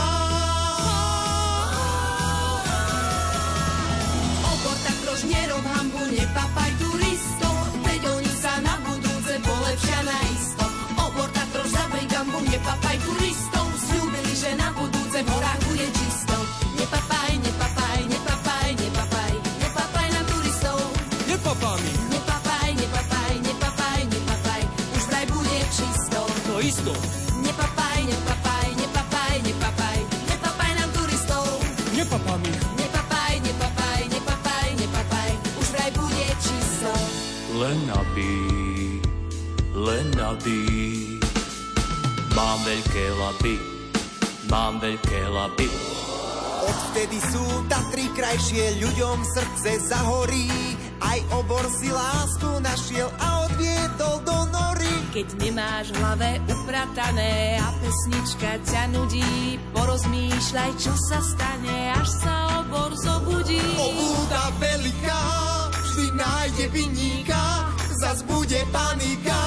Obor tak troš nerob hambu, nepapaj turistov, veď oni sa na budúce polepšia naisto. Obor tak troš zabri gambu, nepapaj turistov, sľúbili, že na budúce v horách bude čisto. Nepapaj, nepapaj, nepapaj, nepapaj, nepapaj na turistov. Nepapaj mi. Nepapaj, nepapaj, nepapaj, nepapaj, už vraj bude čisto. To isto. Nepapaj, nepapaj, nepapaj, nepapaj, nepapaj na turistov. Nepapaj mi. Nepapaj, nepapaj, nepapaj, nepapaj, už vraj bude čisto. Len aby, len aby, mám veľké lapy, mám veľké lapy. Odvtedy sú Tatry krajšie, ľuďom srdce zahorí. Aj obor si lásku našiel a odviedol do nory. Keď nemáš v hlave upratané a pesnička ťa nudí, porozmýšľaj, čo sa stane, až sa obor zobudí. Obúda veľká, vždy nájde vinníka, zas bude panika.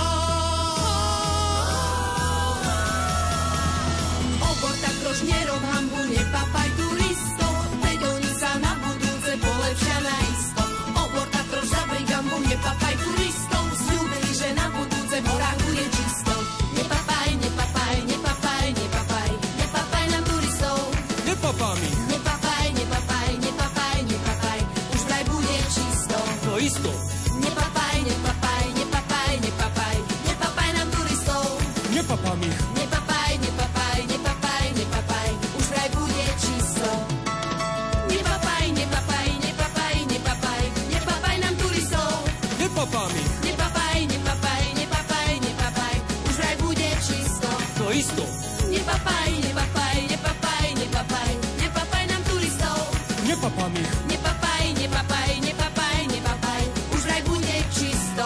Obor tak troš nerob hambu, nepapaj turistov, veď oni sa na budúce polepšia naisto. Obor tak troš zabri gambu, nepapaj turistov, sľúbili, že na budúce v horách bude čisto. Nepapaj, nepapaj, nepapaj, nepapaj, nepapaj na turistov. Nepapaj mi. Nepapaj, nepapaj, nepapaj, nepapaj, už vraj bude čisto. To isto. Nepapaj, nepapaj, nepapaj, nepapaj, nepapaj na turistov. Nepapaj mi. Nepapaj, nepapaj, nepapaj, nepapaj, už vraj bude čisto. Nepapaj, nepapaj, nepapaj, nepapaj, nepapaj nám turistov. Nepapaj mi. Nepapaj, nepapaj, nepapaj, nepapaj, už vraj bude čisto. To isto. Nepapaj, nepapaj, nepapaj, nepapaj, nepapaj nám turistov. Nepapaj mi. Nepapaj, nepapaj, nepapaj, nepapaj, už vraj bude čisto.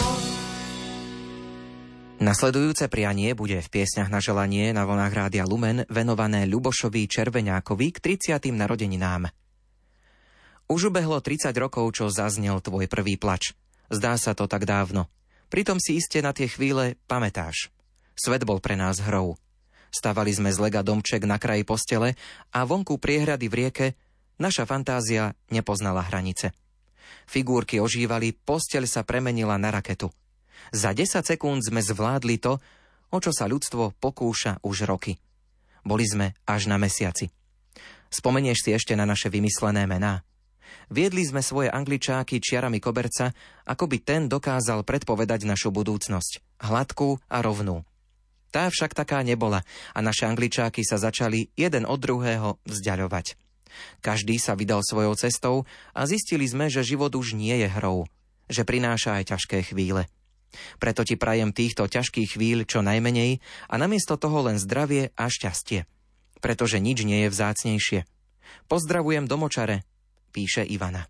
Nasledujúce prianie bude v piesňach na želanie na vlnách Rádia Lumen venované Ľubošovi Červeňákovi k tridsiatym narodeninám. Už ubehlo tridsať rokov, čo zaznel tvoj prvý plač. Zdá sa to tak dávno. Pritom si iste na tie chvíle pamätáš. Svet bol pre nás hrou. Stavali sme z lega domček na kraji postele a vonku priehrady v rieke naša fantázia nepoznala hranice. Figurky ožívali, posteľ sa premenila na raketu. Za desať sekúnd sme zvládli to, o čo sa ľudstvo pokúša už roky. Boli sme až na mesiaci. Spomenieš si ešte na naše vymyslené mená? Viedli sme svoje angličáky čiarami koberca, ako by ten dokázal predpovedať našu budúcnosť, hladkú a rovnú. Tá však taká nebola a naše Angličáky sa začali jeden od druhého vzdiaľovať. Každý sa vydal svojou cestou a zistili sme, že život už nie je hrou, že prináša aj ťažké chvíle. Preto ti prajem týchto ťažkých chvíľ čo najmenej a namiesto toho len zdravie a šťastie. Pretože nič nie je vzácnejšie. Pozdravujem do Močare, píše Ivana.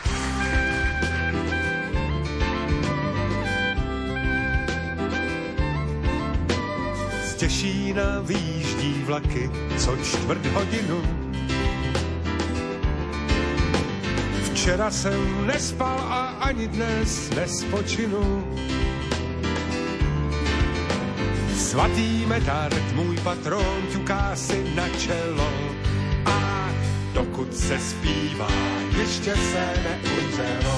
Z Těšína vyjíždí vlaky co čtvrt hodinu. Včera jsem nespal a ani dnes nespočinu. Svatý Medard, můj patron, ťuká si na čelo. A dokud se zpívá, ještě se neumřelo.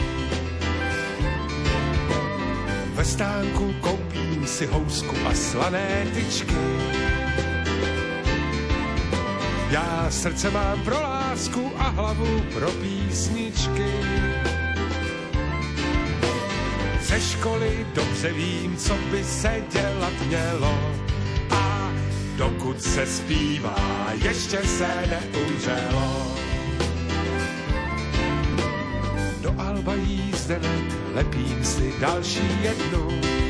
Ve stánku koupím si housku a slané tyčky. Já srdce mám pro lásku a hlavu pro písničky. Ze školy dobře vím, co by se dělat mělo. A dokud se zpívá, ještě se neumřelo. Do Alba jízdenek lepím si další jednu.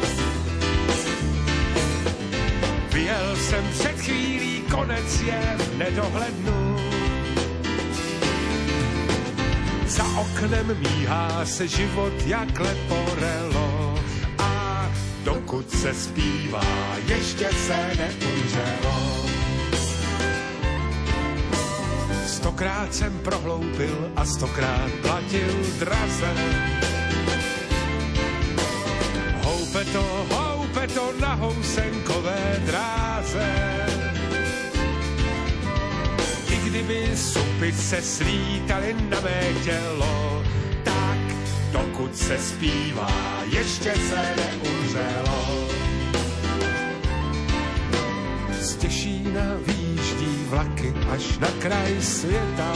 Vyjel jsem před chvílí, konec je v nedohlednu. Za oknem míhá se život jak leporelo. A dokud se zpívá, ještě se neumřelo. Stokrát jsem prohloupil a stokrát platil draze. Houpe to, houpe to na housenkové dráze. I kdyby supice slítaly na mé tělo, tak dokud se zpívá, ještě se neumřelo. Z Těšína výjíždí vlaky až na kraj světa.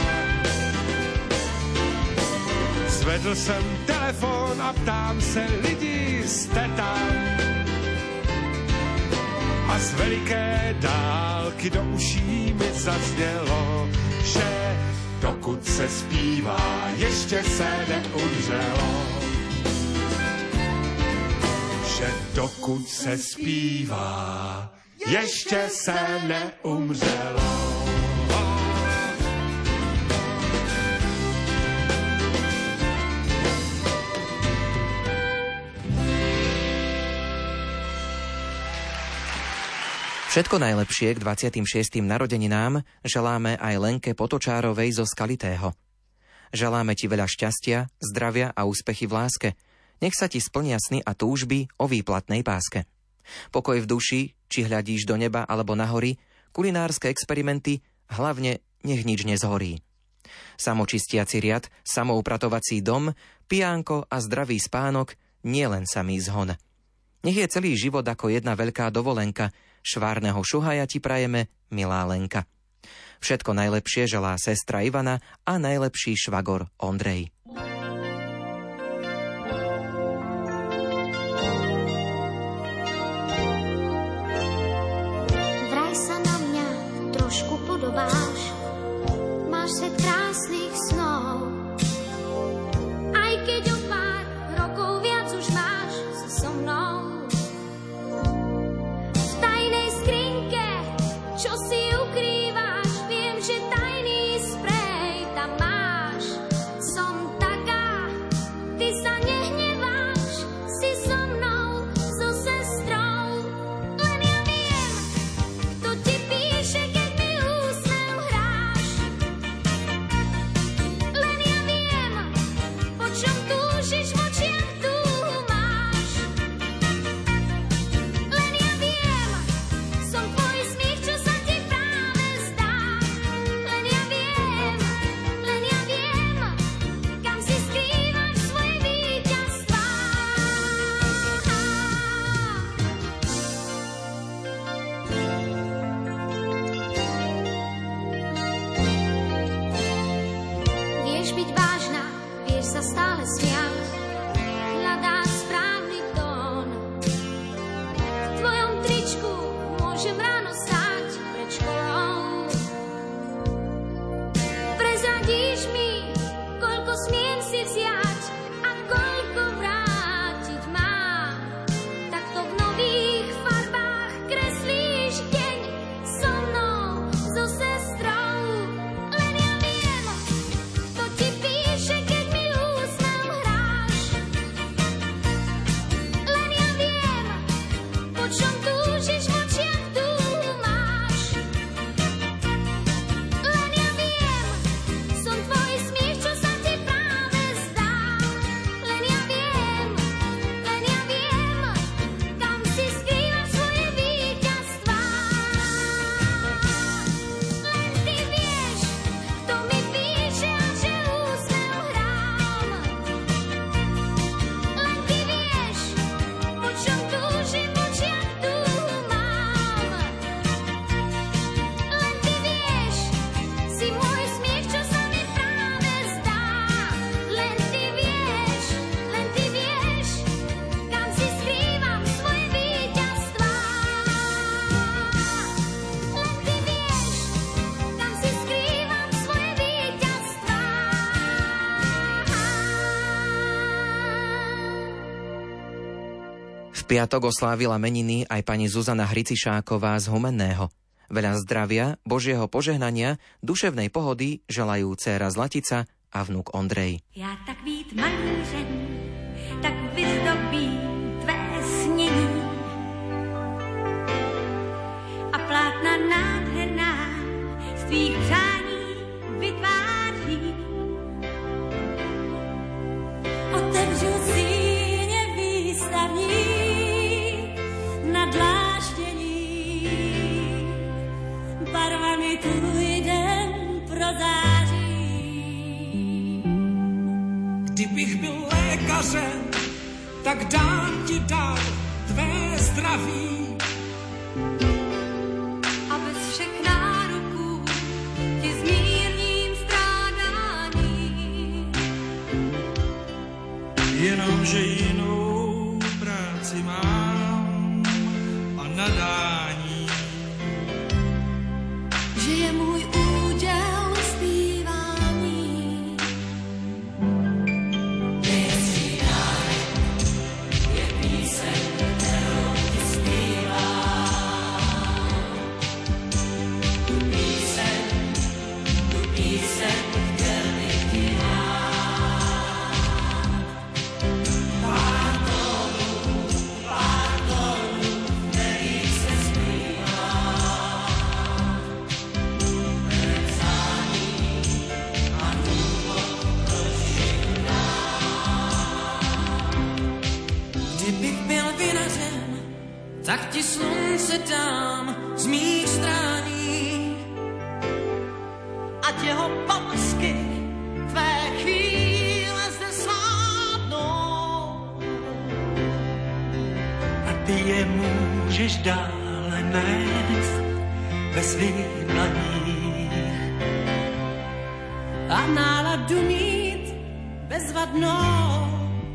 Zvedl jsem telefon a ptám se, lidi, jste tam? A z veliké dálky do uší mi zaznělo, že dokud se zpívá, ještě se neumřelo. Že dokud se zpívá, ještě se neumřelo. Všetko najlepšie k dvadsiatym šiestym narodeninám želáme aj Lenke Potočárovej zo Skalitého. Želáme ti veľa šťastia, zdravia a úspechy v láske. Nech sa ti splnia sny a túžby o výplatnej páske. Pokoj v duši, či hľadíš do neba alebo na hory, kulinárske experimenty, hlavne nech nič nezhorí. Samočistiaci riad, samoupratovací dom, pijánko a zdravý spánok, nielen samý zhon. Nech je celý život ako jedna veľká dovolenka, švárneho šuhaja ti prajeme, milá Lenka. Všetko najlepšie želá sestra Ivana a najlepší švagor Ondrej. Vraj sa na mňa trošku podobáš, máš set krásnych snov. Aj keď o pár rokov viac už máš si so mnou. Čo si ukrývaš, viem, že tajný sprej tam máš. Som ráno stáť pred školou. Prezradíš mi, koľko smiem si vziať a koľko vrátiť mám. Takto v nových farbách kreslíš deň so mnou, so sestrou. Len ja viem, kto ti píše, keď mi úsmev hráš. Len ja viem, po čom túžiš, v očiach túhu máš. Len ja viem, som tvoj smiech, čo sa ti práve zdá. Len ja viem, len ja viem, kam si skrývaš svoje víťazstvá. Len ty vieš, kto mi píše a že úsmev hrám. Len ty vieš, po čom túžim, v očiach túhu mám. Len ty vieš, si môj smiech, čo sa mi práve zdá. Len ty vieš, len ty vieš, kam si skrývam svoje víťazstvá. Len ty vieš, kam si skrývam svoje víťazstvá. V piatok oslávila meniny aj pani Zuzana Hricišáková z Humenného. Veľa zdravia, Božieho požehnania, duševnej pohody želajú dcéra Zlatica a vnuk Ondrej. Já tak být malířem, tak vyzdobím tvé snění. A plátna nádherná z tvých přání vytváří. Otevřu síně výstavní na dláštění. Barvami tvůj den prozáří. Kdybych byl lékařem, tak dám ti dar tvé zdraví. A bez všech nároků ti zmírním strádání. Jenomže jinou práci mám a nadání. Že je můj úděl zpívání. Je píseň, kterou ti zpívám. Tu píseň, tu píseň, kterou ti dám. Pár tónů, pár tónů, kterých se zpívám. Přání a důvod, proč živná. Kdybych byl vinařem, tak ti slunce dám z mých strání. Ať jeho pamlsky tvé chvíle zde svátnou. A ty je můžeš dále nést ve svých dlaních. A náladu mít bezvadnou.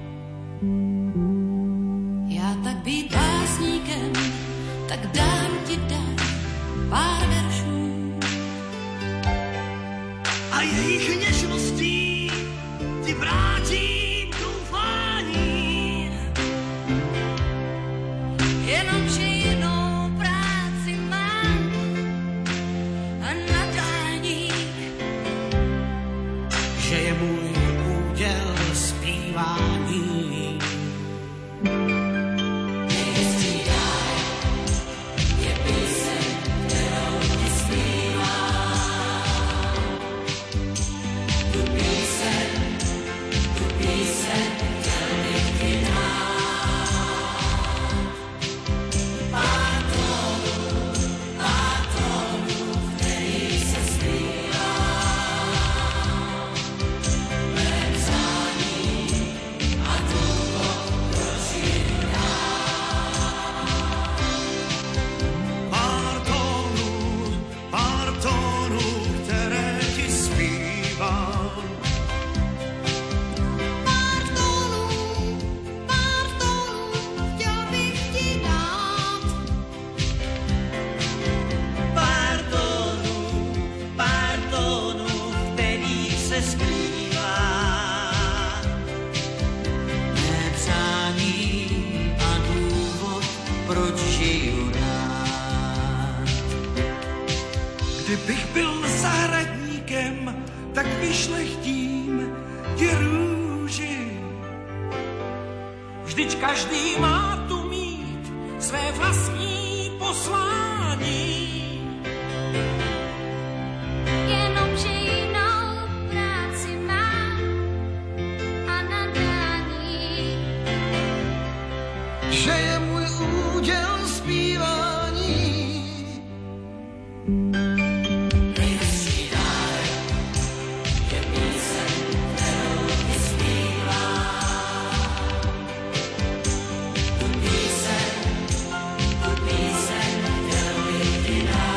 Já tak být básníkem, tak dám ti dar pár veršů. A jejich něžností ti vrátím doufání. Jenomže jinou práci mám a nadání. Že je můj úděl zpívání. Kdybych byl zahradníkem, tak vyšlechtím ti růži. Vždyť každý má tu mít své vlastní poslání. Jenomže jinou práci má a nadání. Že je můj úděl zpívání. Nejhezčí dárek je píseň, kterou ti zpívám. Tu píseň, tu píseň, kterou ti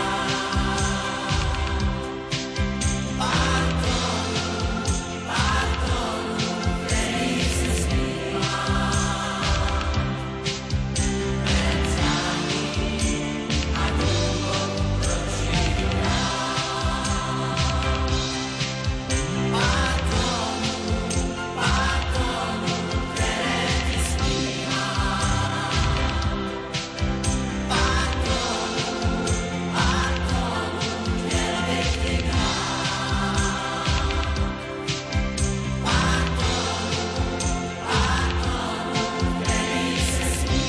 dám. Pár tónů, pár tónů, který se zpívám. Hned zámí a důvod, proč ji dám. Pár tónů, pár tónů, které ti zpívám. Pár tónů, pár tónů, které ti dám. Pár tónů, pár tónů, který se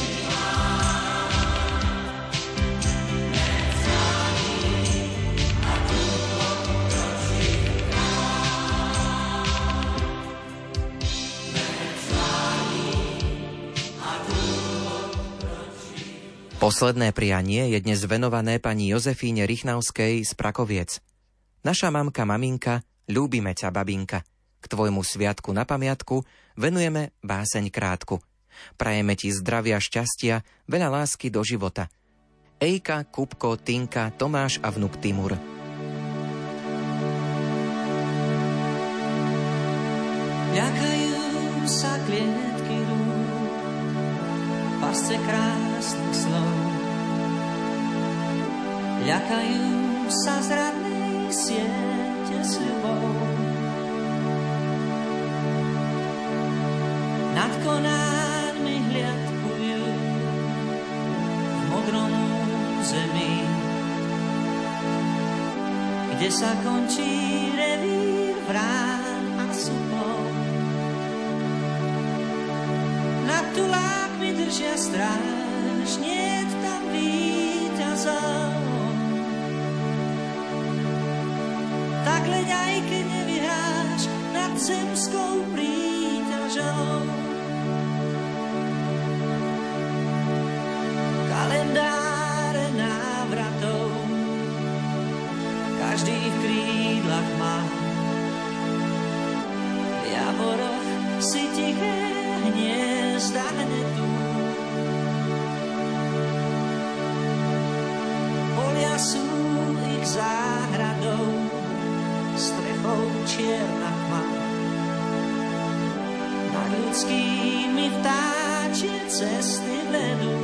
zpívám. Hned zámí a důvod, proč ji Posledné prianie je dnes venované pani Jozefíne Rychnavskej z Prakoviec. Naša mamka, maminka, ľúbime ťa, babinka. K tvojmu sviatku na pamiatku venujeme báseň krátku. Prajeme ti zdravia, šťastia, veľa lásky do života. Ejka, Kupko, Tinka, Tomáš a vnuk Timur. Ľakajú sa klietky rúk, pasce krásnych slov. Ľakajú sa zradnej siete sľubov. Nad konármi hliadkujú v modrom zemi, kde sa končí revír vrán a supov. Nad tulákmi držia stráž, niet tam víťazov. Tak leď aj keď nevyhráš nad zemskou príťažou. Kalendáre návratov každý v krídlach má. V javoroch si tiché hniezda hnetú. Polia sú ich záhradou, strechou čierna tma. Nad ľudskými vtáčie cesty vedú.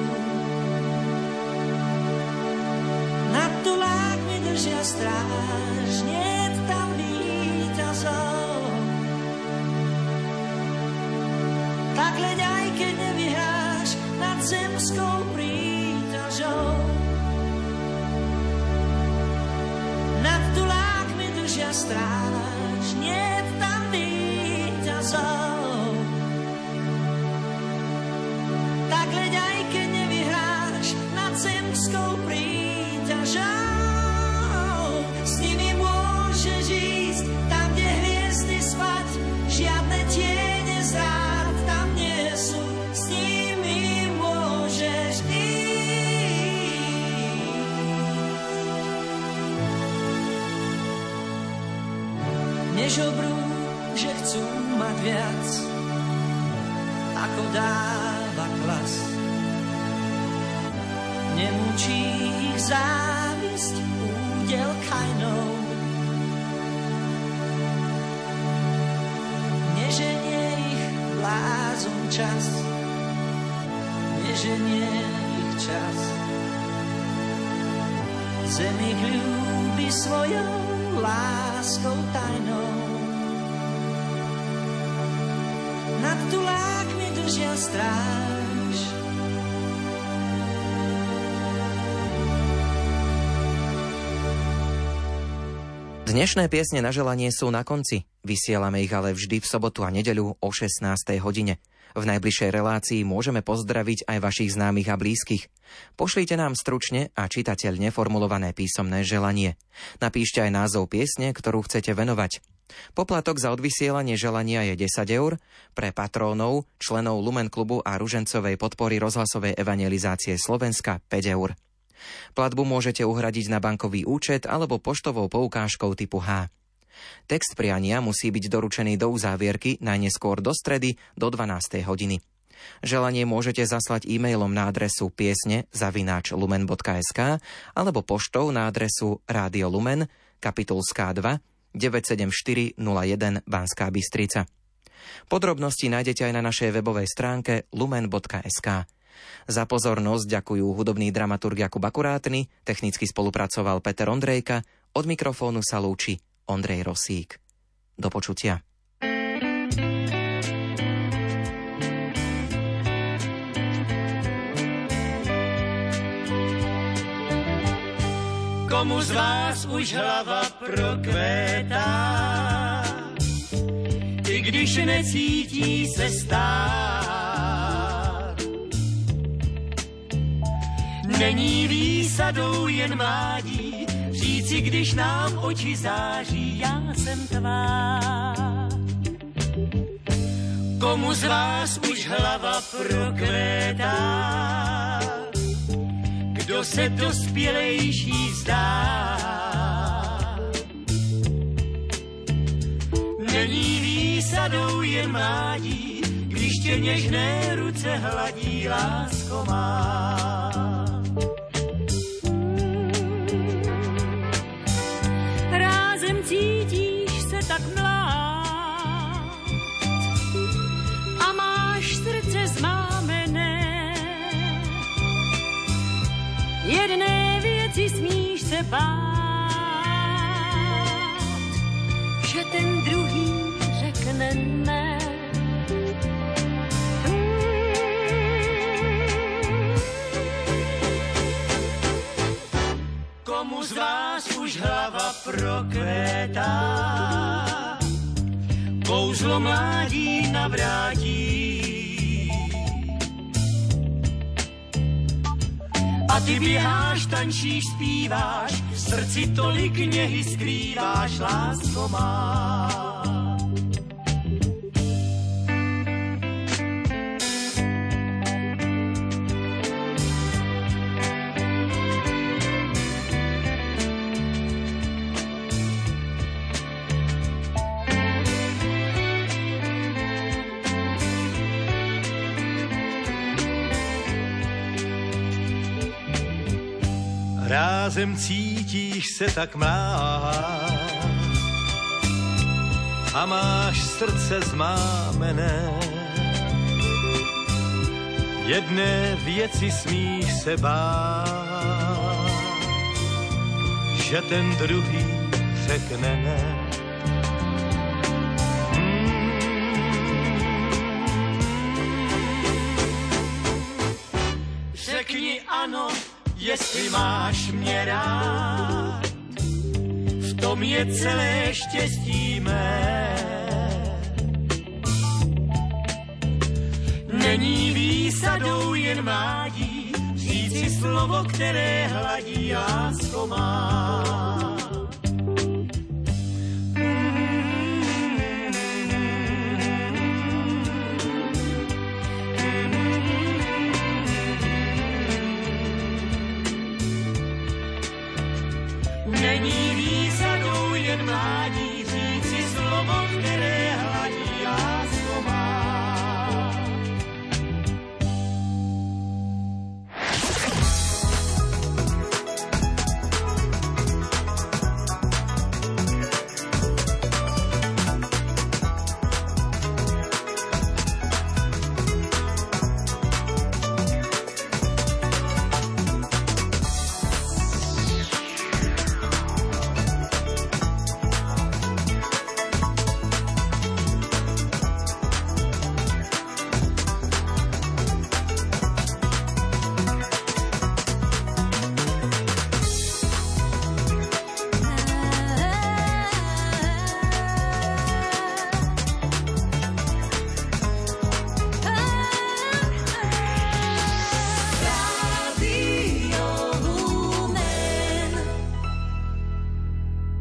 Nad tulákmi držia stráž, niet tam víťazov. Tak leď aj keď nevyhráš nad zemskou príťažou. Nad tulákmi držia stráž, niet tam víťazov. Tak leď aj keď nevyhráš nad zemskou príťažou. S nimi môžeš ísť tam, kde hviezdy spať, žiadne tiene zrát tam nie sú. S nimi môžeš ísť. Nežobrú, že chcú mať viac, ako dáva klas. Nemučí ich závisť údel kajnou. Neženie ich blázon čas, neženie ich čas. Zem ich ľúbi svojou láskou tajnou. Nad tulákmi držia stráž. Dnešné piesne na želanie sú na konci. Vysielame ich ale vždy v sobotu a nedeľu o šestnástej hodine. V najbližšej relácii môžeme pozdraviť aj vašich známych a blízkych. Pošlite nám stručne a čitateľne formulované písomné želanie. Napíšte aj názov piesne, ktorú chcete venovať. Poplatok za odvysielanie želania je desať eur, pre patrónov, členov Lumen klubu a ružencovej podpory rozhlasovej evangelizácie Slovenska päť eur. Platbu môžete uhradiť na bankový účet alebo poštovou poukážkou typu H. Text priania musí byť doručený do uzávierky najneskôr do stredy do dvanástej hodiny. Želanie môžete zaslať e-mailom na adresu piesne zavináč lumen bodka es ká alebo poštou na adresu Rádio Lumen, Kapitulská dva, deväť sedem štyri nula jeden Banská Bystrica. Podrobnosti nájdete aj na našej webovej stránke lumen bodka es ká. Za pozornosť ďakujú hudobný dramaturg Jakub Akurátny, technicky spolupracoval Peter Ondrejka, od mikrofónu sa lúči Ondrej Rosík. Do počutia. Komu z vás už hlava prokvétá, i když necítí se stát. Není výsadou jen mládí, říci, když nám oči září, já jsem tvá. Komu z vás už hlava prokvétá, kdo se dospělejší zdá. Není výsadou jen mládí, když tě něžné ruce hladí, lásko má. Rázem cítíš se tak mlád a máš srdce zmámené. Jedné věci smíš se bát, že ten druhý řekne ne. Komu z vás už hlava prokvétá, kouzlo mládí navrátí. A ty běháš, tančíš, zpíváš, v srdci tolik něhy skrýváš, lásko má. Rázem cítíš se tak mlád a máš srdce zmámené. Jedné věci smíš se bát, že ten druhý řekne ne. Řekni ano, jestli máš mě rád, v tom je celé štěstí mé. Není výsadou jen mládí, říci slovo, které hladí, lásko má. Není výsadou jen mládí, říci slovo, které hladí, lásko má.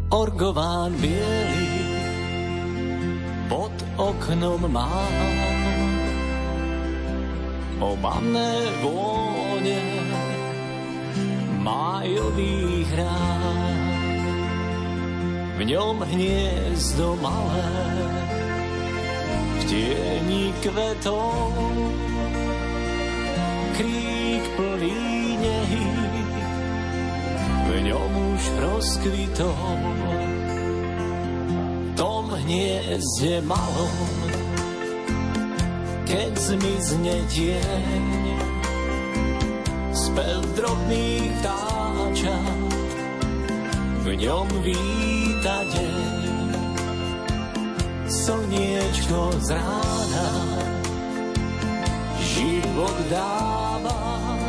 orgován bielý pod oknom mám. Omamné vône májových rán, v ňom hniezdo malé v tieni kvetov, krík plný nehy v ňom už rozkvitol. V tom hniezde malom, keď zmizne tieň, spev drobných vtáča v ňom víta deň. Slniečko z rána život dáva,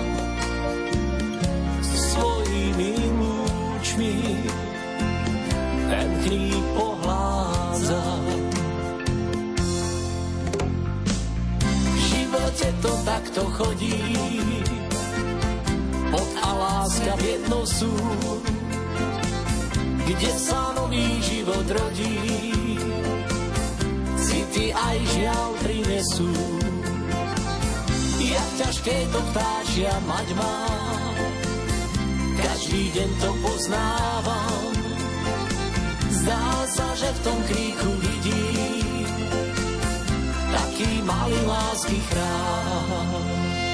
svojimi lúčmi ten krík pohládza. V živote to takto chodí, pot a láska v jedno sú, kde sa nový život rodí, city aj žiaľ prinesú. Jak ťažké to vtáčia mať má, každý deň to poznávam. Zdá sa, že v tom kríku vidím taký malý lásky chrám.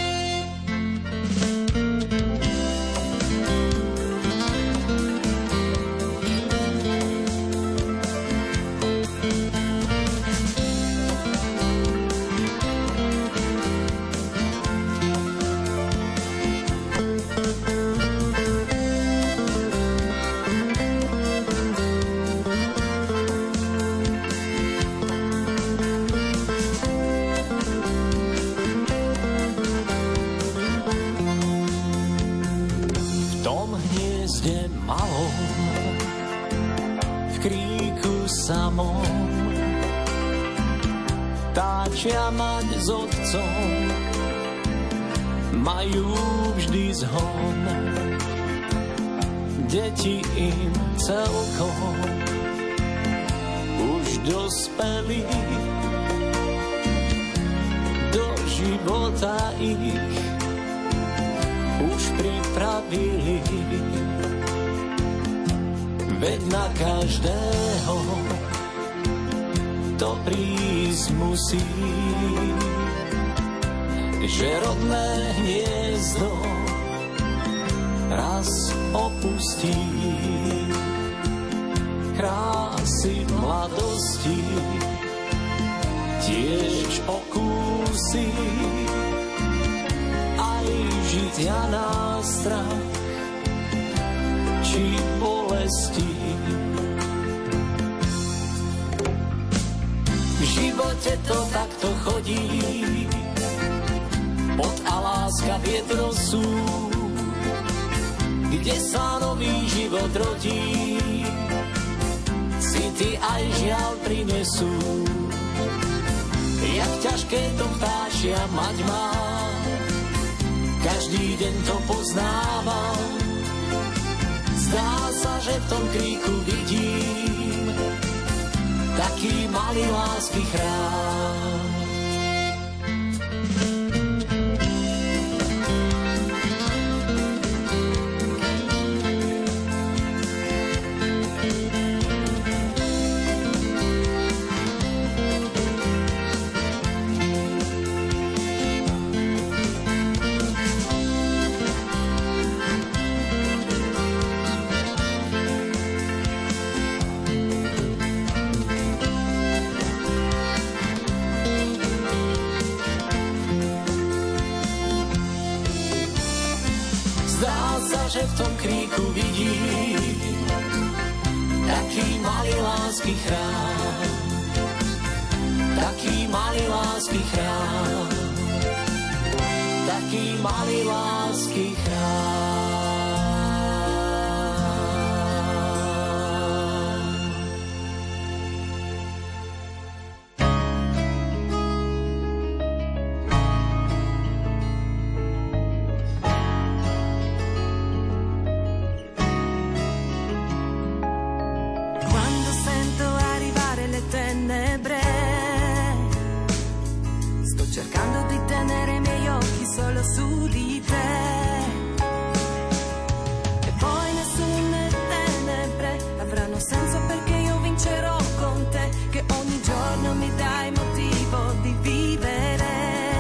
Táčia mať s otcom, majú vždy zhon, deti im celkom už dospeli, do života ich už pripravili. Veď na každého to prísť musí, že rodné hniezdo raz opustí. Krásy mladosti tiež okúsi, aj žitia nástrach či bolesti. V živote to takto chodí, pot a láska v jedno sú, kde sa nový život rodí, city aj žiaľ prinesú. Jak ťažké to vtáčia mať má, každý deň to poznávam. Zdá sa, že v tom kríku vidím taký malý lásky chrám. Že v tom kríku vidím taký malý lásky chrám, taký malý lásky chrám, taký malý lásky chrám. cercando di tenere i miei occhi solo su di te. E poi nessune tenebre avranno senso perché io vincerò con te, che ogni giorno mi dai motivo di vivere.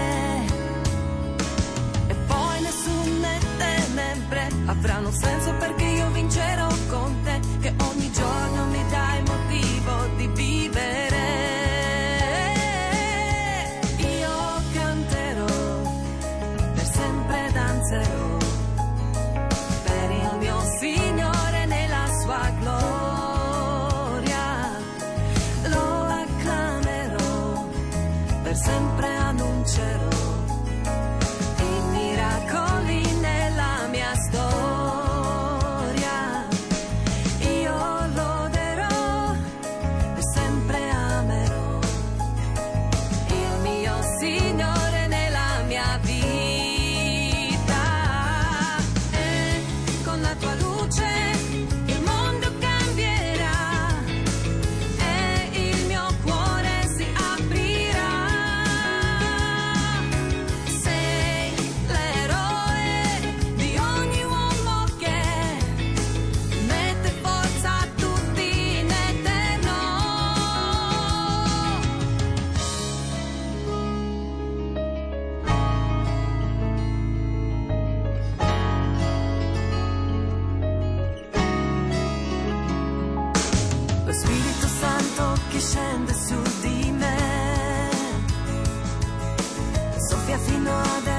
E poi nessune tenebre avranno senso perché io vincerò con te, che ogni giorno mi dai motivo di vivere. Io canterò, per sempre danzerò, per il mio Signore nella sua gloria. Lo acclamerò, per sempre annuncerò i miracoli nella mia storia. Io loderò, per sempre amerò il mio Signore nella mia vita. E con la tua luce il mondo cambierà e il mio cuore si aprirà. Sei l'eroe di ogni uomo che mette forza a tutti in eterno. Lo Spirito Santo che scende su di me, soffia fino adesso